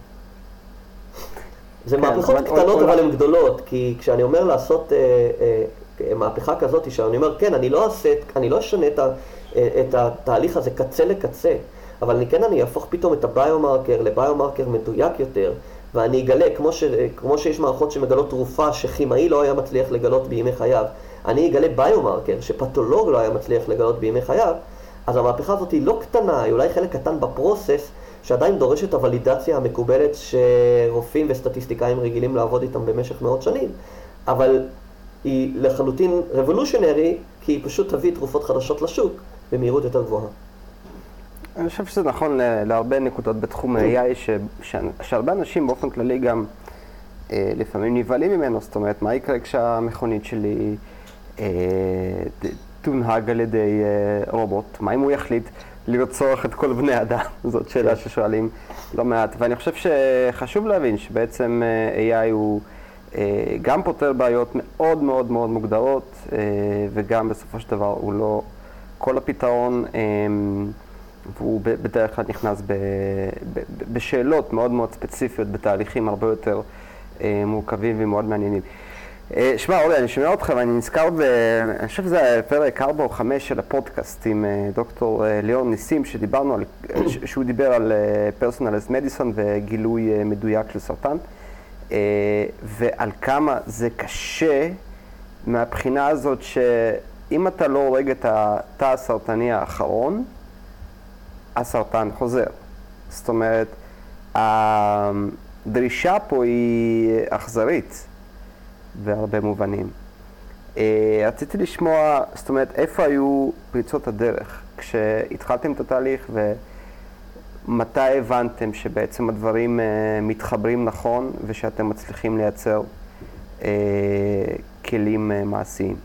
זה מהפכות קטנות אבל הן גדולות, כי כשאני אומר לעשות מהפכה כזאת, שאני אומר כן, אני לא אעשה, אני לא אשנה את התהליך הזה קצה לקצה, אבל אני כן, אני אהפוך פתאום את הביומרקר לביומרקר מדויק יותר, ואני אגלה, כמו, ש, כמו שיש מערכות שמגלות תרופה שכימאי לא היה מצליח לגלות בימי חייו, אני אגלה ביומרקר שפתולוג לא היה מצליח לגלות בימי חייו, אז המהפכה הזאת היא לא קטנה, היא אולי חלק קטן בפרוסס, שעדיין דורש את הוולידציה המקובלת שרופאים וסטטיסטיקאים רגילים לעבוד איתם במשך מאות שנים, אבל היא לחלוטין רבולושנרי, כי היא פשוט תביא תרופות חדשות לשוק במהירות יותר גבוהה. אני חושב שזה נכון להרבה נקודות בתחום ה-איי איי, שהרבה אנשים באופן כללי גם לפעמים נבהלים ממנו. זאת אומרת, מה יקרה כשהמכונית שלי תונהג על ידי רובוט? מה אם הוא יחליט לרצוח את כל בני אדם? זאת שאלה ששואלים לא מעט. ואני חושב שחשוב להבין שבעצם איי איי הוא גם פותר בעיות מאוד מאוד מאוד מוגדרות, וגם בסופו של דבר הוא לא כל הפתרון, והוא בדרך כלל נכנס ב, ב, בשאלות מאוד מאוד ספציפיות, בתהליכים הרבה יותר מורכבים ומאוד מעניינים. שמע, אולי, אני שומע אותך ואני נזכר ב... אני חושב שזה פרק ארבע או חמש של הפודקאסט עם דוקטור ליאור ניסים, שדיברנו על... שהוא דיבר על Personalized Medicine וגילוי מדויק של סרטן. ועל כמה זה קשה מהבחינה הזאת שאם אתה לא הורג את התא הסרטני האחרון, הסרטן חוזר. זאת אומרת, הדרישה פה היא אכזרית בהרבה מובנים. רציתי לשמוע, זאת אומרת, איפה היו פריצות הדרך כשהתחלתם את התהליך ומתי הבנתם שבעצם הדברים מתחברים נכון ושאתם מצליחים לייצר כלים מעשיים?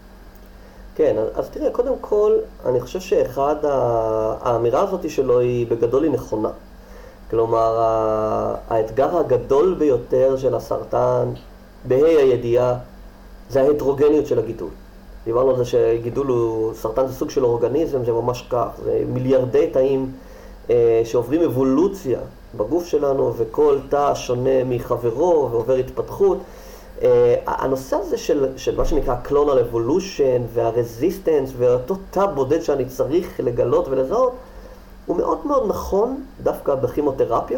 כן, אז תראה, קודם כל, אני חושב שאחד, האמירה הזאת שלו היא בגדול היא נכונה. כלומר, האתגר הגדול ביותר של הסרטן, בה"א הידיעה, זה ההטרוגניות של הגידול. דיברנו על זה שגידול הוא, סרטן זה סוג של אורגניזם, זה ממש כך, זה מיליארדי תאים אה, שעוברים אבולוציה בגוף שלנו, וכל תא שונה מחברו ועובר התפתחות. אה, הנושא הזה של, של מה שנקרא clonal evolution והרזיסטנס ואותו תא בודד שאני צריך לגלות ולזהות, הוא מאוד מאוד נכון דווקא בכימותרפיה,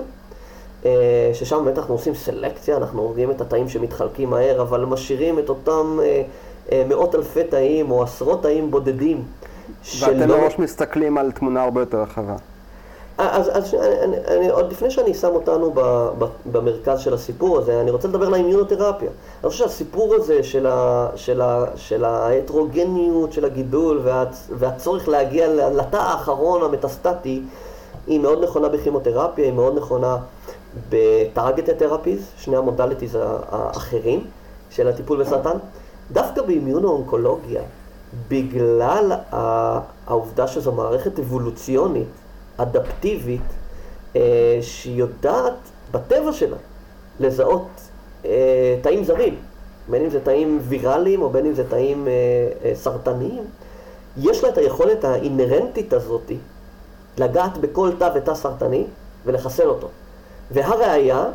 ששם באמת אנחנו עושים סלקציה, אנחנו הורגים את התאים שמתחלקים מהר, אבל משאירים את אותם מאות אלפי תאים או עשרות תאים בודדים. ואתם ממש מסתכלים על תמונה הרבה יותר רחבה. אז, אז אני, אני, עוד לפני שאני שם אותנו ב, ב, במרכז של הסיפור הזה, אני רוצה לדבר על האימיונותרפיה. אני חושב שהסיפור הזה של, ה, של, ה, של ההטרוגניות של הגידול וה, והצורך להגיע לתא האחרון המטסטטי, היא מאוד נכונה בכימותרפיה, היא מאוד נכונה בטרגטד תרפיז, שני המודליטיז האחרים של הטיפול בסרטן. דווקא באימיונו-אונקולוגיה, בגלל העובדה שזו מערכת אבולוציונית, אדפטיבית, אה, שהיא יודעת בטבע שלה לזהות אה, תאים זרים, בין אם זה תאים ויראליים או בין אם זה תאים אה, אה, סרטניים, יש לה את היכולת האינרנטית הזאת לגעת בכל תא ותא סרטני ולחסל אותו. והראיה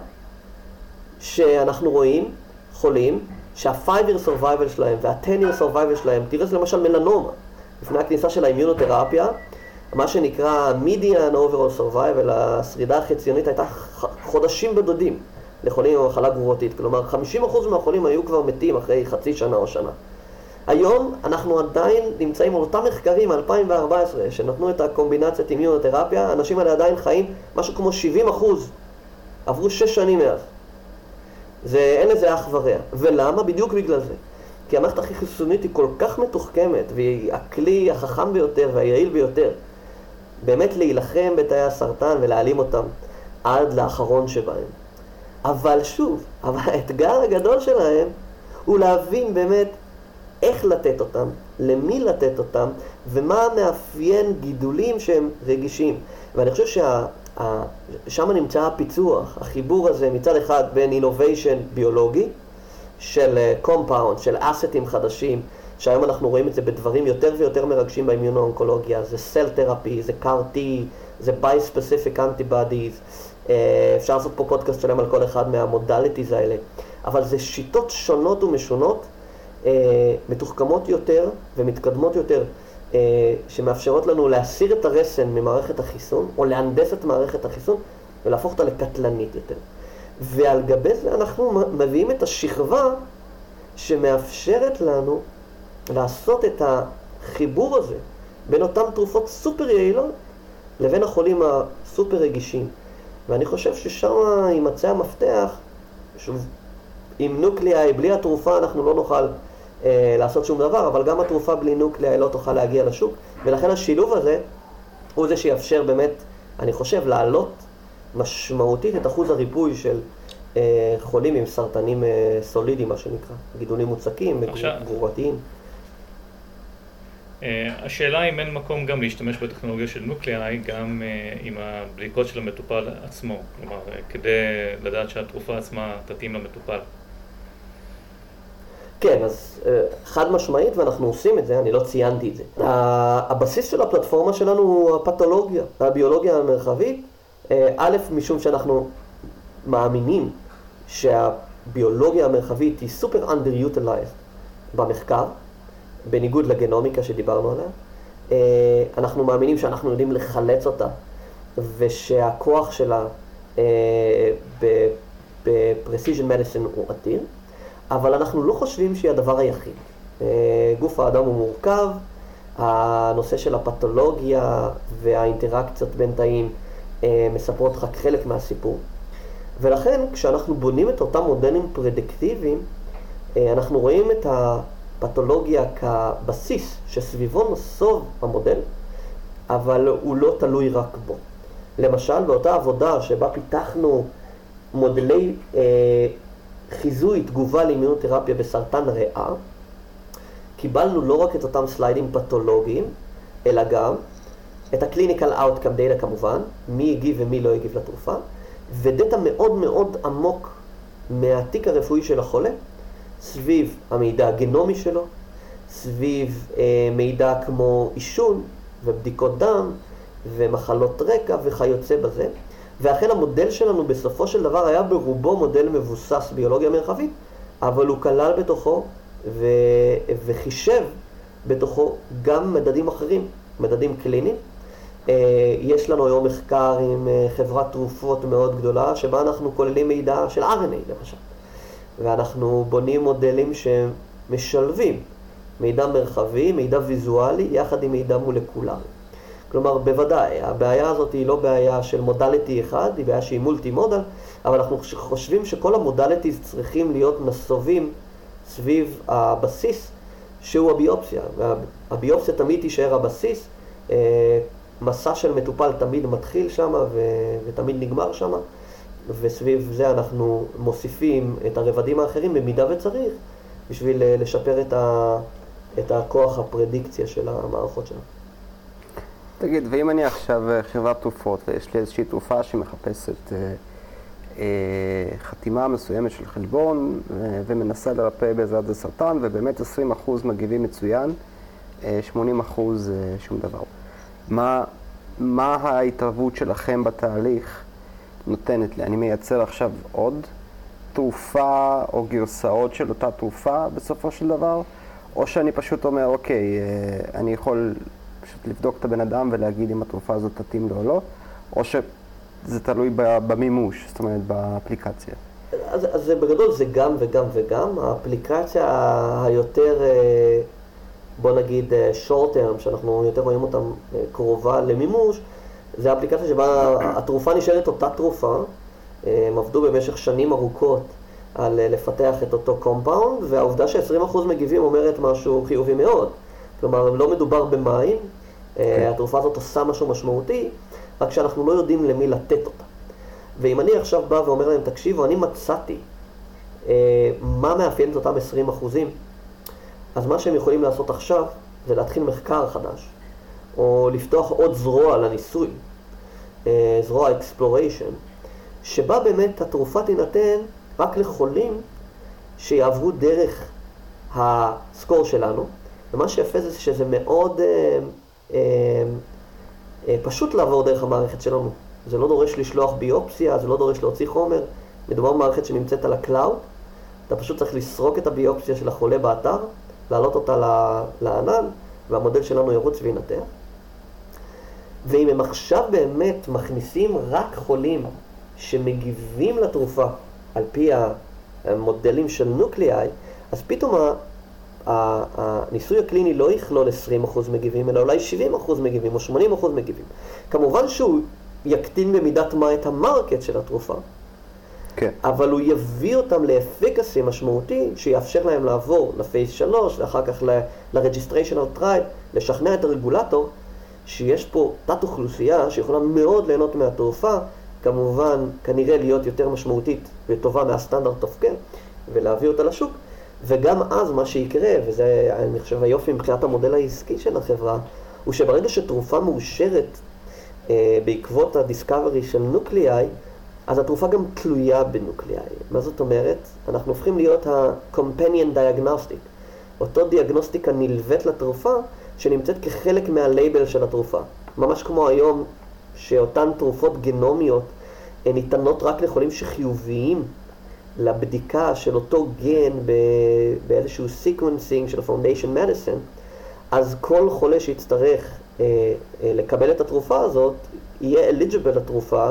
שאנחנו רואים חולים שה-five year survival שלהם וה-ten year survival שלהם, תראה זה למשל מלנומה, לפני הכניסה של האימיונותרפיה, מה שנקרא median overall survival, השרידה החציונית הייתה חודשים בודדים לחולים עם מחלה גרורתית, כלומר חמישים אחוז מהחולים היו כבר מתים אחרי חצי שנה או שנה. היום אנחנו עדיין נמצאים על אותם מחקרים מ-אלפיים וארבע עשרה שנתנו את הקומבינציית אימיונותרפיה, האנשים האלה עדיין חיים משהו כמו שבעים אחוז, עברו שש שנים מאז. זה, אין לזה אח ורע. ולמה? בדיוק בגלל זה. כי המערכת הכי חיסונית היא כל כך מתוחכמת, והיא הכלי החכם ביותר והיעיל ביותר, באמת להילחם בתאי הסרטן ולהעלים אותם עד לאחרון שבהם. אבל שוב, אבל האתגר הגדול שלהם הוא להבין באמת איך לתת אותם, למי לתת אותם, ומה מאפיין גידולים שהם רגישים. ואני חושב שה... שם נמצא הפיצוח, החיבור הזה מצד אחד בין אינוביישן ביולוגי של קומפאונד, של אסטים חדשים, שהיום אנחנו רואים את זה בדברים יותר ויותר מרגשים באימיונו-אונקולוגיה, זה סל תרפי, זה קאר טי, זה ביי-ספציפיק אנטיבודיז, אפשר לעשות פה פודקאסט שלם על כל אחד מהמודליטיז האלה, אבל זה שיטות שונות ומשונות, מתוחכמות יותר ומתקדמות יותר, שמאפשרות לנו להסיר את הרסן ממערכת החיסון, או להנדס את מערכת החיסון, ולהפוך אותה לקטלנית יותר. ועל גבי זה אנחנו מביאים את השכבה שמאפשרת לנו לעשות את החיבור הזה בין אותן תרופות סופר יעילות לבין החולים הסופר רגישים. ואני חושב ששם יימצא המפתח, שוב, עם נוקליאי, בלי התרופה אנחנו לא נוכל אה, לעשות שום דבר, אבל גם התרופה בלי נוקליאי לא תוכל להגיע לשוק, ולכן השילוב הזה הוא זה שיאפשר באמת, אני חושב, לעלות משמעותית את אחוז הריפוי של אה, חולים עם סרטנים אה, סולידיים, מה שנקרא, גידולים מוצקים, גרורתיים. השאלה אם אין מקום גם להשתמש בטכנולוגיה של נוקליאי, גם עם הבדיקות של המטופל עצמו, כלומר, כדי לדעת שהתרופה עצמה תתאים למטופל. כן, אז חד משמעית, ואנחנו עושים את זה, אני לא ציינתי את זה. הבסיס של הפלטפורמה שלנו הוא הפתולוגיה, הביולוגיה המרחבית, א', משום שאנחנו מאמינים שהביולוגיה המרחבית היא סופר underutilized במחקר, בניגוד לגנומיקה שדיברנו עליה. אנחנו מאמינים שאנחנו יודעים לחלץ אותה, ושהכוח שלה ב-Precision Medicine הוא אדיר, אבל אנחנו לא חושבים שהיא הדבר היחיד. גוף האדם הוא מורכב, הנושא של הפתולוגיה והאינטראקציות בין תאים מספרות רק חלק מהסיפור. ולכן כשאנחנו בונים את אותם מודלים פרדיקטיביים, אנחנו רואים את הפתולוגיה כבסיס שסביבו נסוב המודל, אבל הוא לא תלוי רק בו. למשל, באותה עבודה שבה פיתחנו מודלי אה, חיזוי תגובה לאימונותרפיה בסרטן ריאה, קיבלנו לא רק את אותם סליידים פתולוגיים, אלא גם את ה-clinical outcome data כמובן, מי הגיב ומי לא הגיב לתרופה, ודאטה מאוד מאוד עמוק מהתיק הרפואי של החולה, סביב המידע הגנומי שלו, סביב אה, מידע כמו עישון ובדיקות דם ומחלות רקע וכיוצא בזה. ואכן המודל שלנו בסופו של דבר היה ברובו מודל מבוסס ביולוגיה מרחבית, אבל הוא כלל בתוכו ו... וחישב בתוכו גם מדדים אחרים, מדדים קליניים. יש לנו היום מחקר עם חברת תרופות מאוד גדולה, שבה אנחנו כוללים מידע של אר אן איי למשל. ואנחנו בונים מודלים שמשלבים מידע מרחבי, מידע ויזואלי, יחד עם מידע מולקולרי. כלומר, בוודאי, הבעיה הזאת היא לא בעיה של מודליטי אחד, היא בעיה שהיא מולטי מודל, אבל אנחנו חושבים שכל המודליטיז צריכים להיות נסובים סביב הבסיס שהוא הביופסיה. והביופסיה תמיד תישאר הבסיס, מסע של מטופל תמיד מתחיל שם ותמיד נגמר שם, וסביב זה אנחנו מוסיפים את הרבדים האחרים במידה וצריך, בשביל לשפר את, ה... את הכוח הפרדיקציה של המערכות שלנו. תגיד, ואם אני עכשיו חברת תרופות ויש לי איזושהי תרופה שמחפשת אה, אה, חתימה מסוימת של חלבון אה, ומנסה לרפא בעזרת זה סרטן, ובאמת עשרים אחוז מגיבים מצוין, אה, שמונים אחוז אה, שום דבר. מה, מה ההתערבות שלכם בתהליך נותנת לי? אני מייצר עכשיו עוד תרופה או גרסאות של אותה תרופה בסופו של דבר, או שאני פשוט אומר, אוקיי, אה, אני יכול פשוט לבדוק את הבן אדם ולהגיד אם התרופה הזאת תתאים לו או לא, או שזה תלוי במימוש, זאת אומרת, באפליקציה. אז, אז בגדול זה גם וגם וגם. האפליקציה היותר, בוא נגיד, short term, שאנחנו יותר רואים אותה קרובה למימוש, זה האפליקציה שבה התרופה נשארת אותה תרופה. הם עבדו במשך שנים ארוכות על לפתח את אותו קומפאונד, והעובדה ש-עשרים אחוז מגיבים אומרת משהו חיובי מאוד. כלומר, לא מדובר במים, okay. התרופה הזאת עושה משהו משמעותי, רק שאנחנו לא יודעים למי לתת אותה. ואם אני עכשיו בא ואומר להם, תקשיבו, אני מצאתי אה, מה מאפיין את אותם עשרים אחוזים, אז מה שהם יכולים לעשות עכשיו זה להתחיל מחקר חדש, או לפתוח עוד זרוע לניסוי, אה, זרוע exploration, שבה באמת התרופה תינתן רק לחולים שיעברו דרך הסקור שלנו, ומה שיפה זה שזה מאוד אה, אה, אה, פשוט לעבור דרך המערכת שלנו. זה לא דורש לשלוח ביופסיה, זה לא דורש להוציא חומר. מדובר במערכת שנמצאת על הקלאוד. אתה פשוט צריך לסרוק את הביופסיה של החולה באתר, להעלות אותה לענן, והמודל שלנו ירוץ וינתח. ואם הם עכשיו באמת מכניסים רק חולים שמגיבים לתרופה על פי המודלים של נוקליאי, אז פתאום הניסוי הקליני לא יכלול עשרים אחוז מגיבים, אלא אולי שבעים אחוז מגיבים או שמונים אחוז מגיבים. כמובן שהוא יקטין במידת מה את המרקט של התרופה, כן. אבל הוא יביא אותם לאפיקסי משמעותי שיאפשר להם לעבור לפייס שלוש ואחר כך ל-registrational trial, לשכנע את הרגולטור שיש פה תת אוכלוסייה שיכולה מאוד ליהנות מהתרופה, כמובן כנראה להיות יותר משמעותית וטובה מהסטנדרט אוף קר, ולהביא אותה לשוק. וגם אז מה שיקרה, וזה אני חושב היופי מבחינת המודל העסקי של החברה, הוא שברגע שתרופה מאושרת אה, בעקבות הדיסקאברי של נוקליאי, אז התרופה גם תלויה בנוקליאי. מה זאת אומרת? אנחנו הופכים להיות ה-companion diagnostic, אותו דיאגנוסטיקה נלווית לתרופה שנמצאת כחלק מהלייבל של התרופה. ממש כמו היום שאותן תרופות גנומיות ניתנות רק לחולים שחיוביים לבדיקה של אותו גן באיזשהו sequencing של Foundation Medicine, אז כל חולה שיצטרך אה, אה, לקבל את התרופה הזאת יהיה eligible לתרופה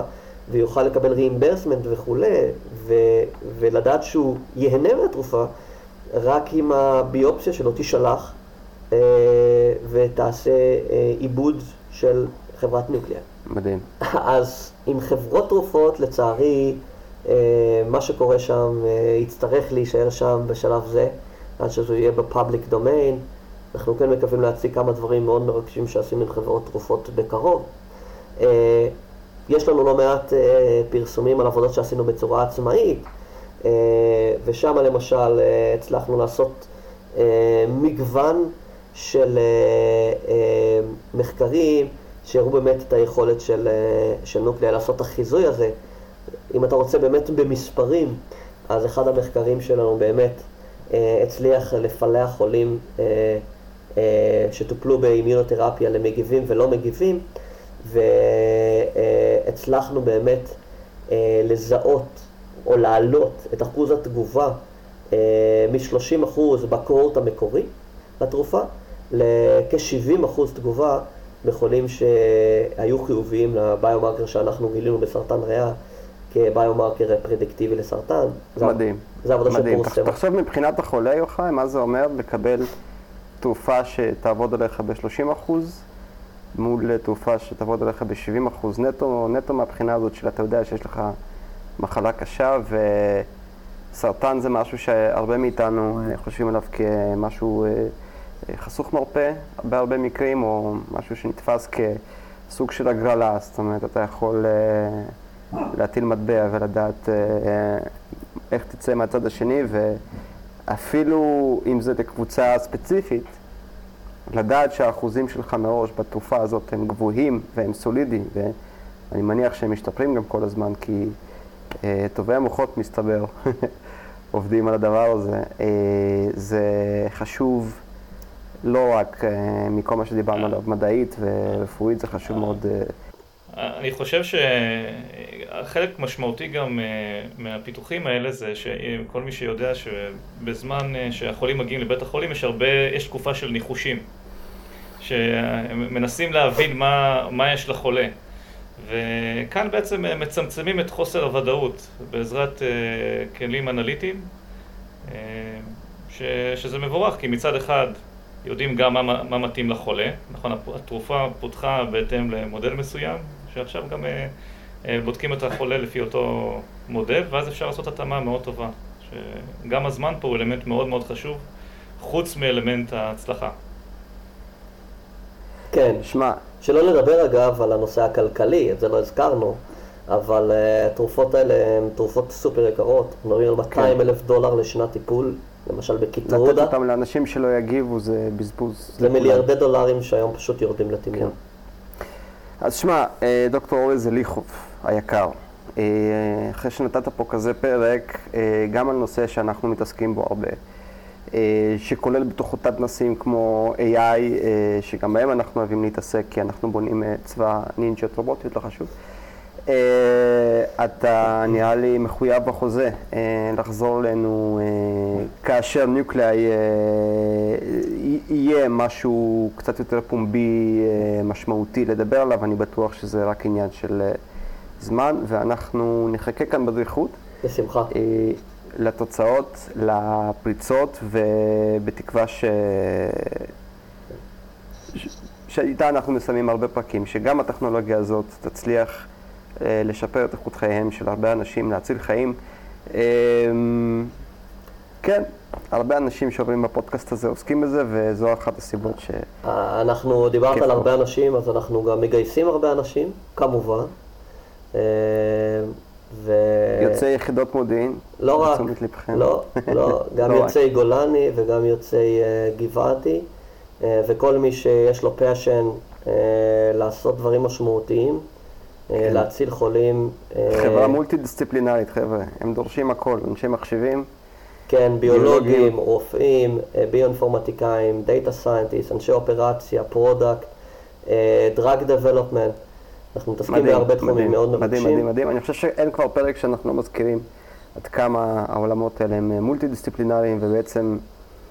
ויוכל לקבל reimbursement וכולי, ו- ולדעת שהוא יהנה מהתרופה, רק אם הביופסיה שלו תשלח אה, ותעשה אה, עיבוד של חברת נוקליאי. מדהים. אז עם חברות תרופות, לצערי, אה, מה שקורה שם אה, יצטרך להישאר שם בשלב זה, עד שזה יהיה בפאבליק דומיין. אנחנו כן מקווים להציג כמה דברים מאוד מרגשים שעשינו עם חברות תרופות בקרוב. אה, יש לנו לא מעט אה, פרסומים על עבודות שעשינו בצורה עצמאית, אה, ושם למשל אה, הצלחנו לעשות אה, מגוון של אה, אה, מחקרים שהראו באמת את היכולת של, אה, של נוקליאי לעשות את החיזוי הזה. אם אתה רוצה באמת במספרים, אז אחד המחקרים שלנו באמת אה, הצליח לפלח חולים אה, אה, שטופלו באימיונותרפיה למגיבים ולא מגיבים, והצלחנו באמת לזהות או להעלות את אחוז התגובה מ-שלושים אחוז בקורט המקורי לתרופה לכ-שבעים אחוז תגובה בחולים שהיו חיוביים לביומרקר שאנחנו גילינו בסרטן ריאה כביומרקר פרדיקטיבי לסרטן. מדהים. זה עבודה שפורסמה. תחשוב מבחינת החולה, יוחאי, מה זה אומר לקבל תרופה שתעבוד עליך ב-שלושים אחוז מול תרופה שתעבוד עליך ב-שבעים אחוז נטו, נטו מהבחינה הזאת של אתה יודע שיש לך מחלה קשה, וסרטן זה משהו שהרבה מאיתנו חושבים עליו כמשהו חסוך מרפא בהרבה מקרים, או משהו שנתפס כסוג של הגרלה. זאת אומרת, אתה יכול להטיל מטבע ולדעת איך תצא מהצד השני, ואפילו אם זה לקבוצה ספציפית, לדעת שהאחוזים שלך מראש בתרופה הזאת הם גבוהים והם סולידיים, ואני מניח שהם משתפרים גם כל הזמן, כי אה, טובי המוחות מסתבר עובדים על הדבר הזה. אה, זה חשוב לא רק אה, מכל מה שדיברנו עליו, מדעית ורפואית, זה חשוב מאוד. אה... אני חושב שחלק משמעותי גם מהפיתוחים האלה זה שכל מי שיודע שבזמן שהחולים מגיעים לבית החולים יש הרבה, יש תקופה של ניחושים שמנסים להבין מה, מה יש לחולה, וכאן בעצם מצמצמים את חוסר הוודאות בעזרת כלים אנליטיים, ש, שזה מבורך, כי מצד אחד יודעים גם מה, מה מתאים לחולה. נכון, התרופה פותחה בהתאם למודל מסוים, שעכשיו גם אה, אה, בודקים את החולה לפי אותו מודל, ואז אפשר לעשות התאמה מאוד טובה. שגם הזמן פה הוא אלמנט מאוד מאוד חשוב, חוץ מאלמנט ההצלחה. כן, שמע, שלא לדבר אגב על הנושא הכלכלי, את זה לא הזכרנו, אבל uh, התרופות האלה הן תרופות סופר יקרות, נראים על מאתיים אלף דולר לשנת טיפול, למשל בקיטרודה. לתת אותם לאנשים שלא יגיבו זה בזבוז. זה מיליארדי דולרים שהיום פשוט יורדים לטמיון. אז שמע, דוקטור אורי זליחוב היקר, אחרי שנתת פה כזה פרק, גם על נושא שאנחנו מתעסקים בו הרבה, שכולל בתוכו תת נושאים כמו איי איי, שגם בהם אנחנו אוהבים להתעסק, כי אנחנו בונים צבא נינג'ות רובוטיות, לא חשוב. אתה נראה לי מחויב בחוזה לחזור אלינו כאשר נוקליאי יהיה משהו קצת יותר פומבי משמעותי לדבר עליו. אני בטוח שזה רק עניין של זמן, ואנחנו נחכה כאן בדריכות. בשמחה. לתוצאות, לפריצות, ובתקווה ש... שאיתה אנחנו מסיימים הרבה פרקים, שגם הטכנולוגיה הזאת תצליח לשפר את איכות חייהם של הרבה אנשים, להציל חיים. כן, הרבה אנשים שעוברים בפודקאסט הזה עוסקים בזה, וזו אחת הסיבות ש... אנחנו דיברת על הרבה אנשים, אז אנחנו גם מגייסים הרבה אנשים, כמובן. ו... יוצאי יחידות מודיעין, לא רק, לא, לא, גם יוצאי גולני וגם יוצאי גבעתי, וכל מי שיש לו פאשן לעשות דברים משמעותיים, להציל חולים. חברה מולטי-דיסציפלינרית, חבר'ה, הם דורשים הכל, אנשי מחשבים. כן, ביולוגים, רופאים, ביואינפורמטיקאים, דאטה סיינטיסט, אנשי אופרציה, פרודקט, דרג דבלופמנט. אנחנו מתעסקים בהרבה תחומים מאוד מבקשים. מדהים, מדהים, מדהים. אני חושב שאין כבר פרק שאנחנו לא מזכירים עד כמה העולמות האלה הם מולטי-דיסציפלינריים, ובעצם,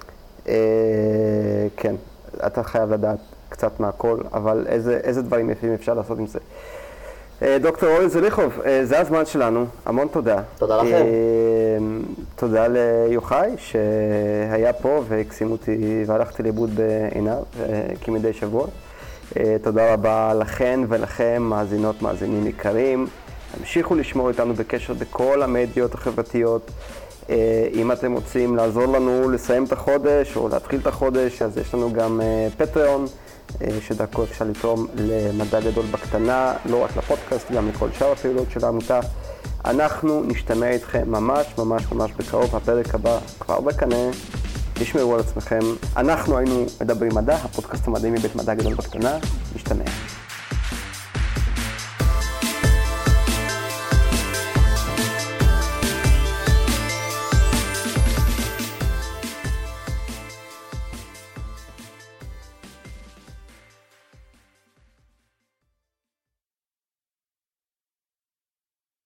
כן, אתה חייב לדעת קצת מהכל, אבל איזה, איזה דברים יפים אפשר לעשות עם זה. דוקטור אורי זליחוב, זה הזמן שלנו, המון תודה. תודה לכם. תודה ליוחאי שהיה פה והקסים אותי והלכתי לאיבוד בעיניו כמדי שבוע. תודה רבה לכן ולכם, מאזינות, מאזינים יקרים. המשיכו לשמור איתנו בקשר בכל המדיות החברתיות. אם אתם רוצים לעזור לנו לסיים את החודש או להתחיל את החודש, אז יש לנו גם פטריון, שדרכו אפשר לתרום למדע גדול בקטנה, לא רק לפודקאסט, גם לכל שאר הפעילות של העמותה. אנחנו נשתמע איתכם ממש ממש ממש בקרוב, הפרק הבא כבר בקנה. תשמרו על עצמכם. אנחנו היינו מדברים מדע, הפודקאסט המדעי מבית מדע גדול בקטנה. נשתמע.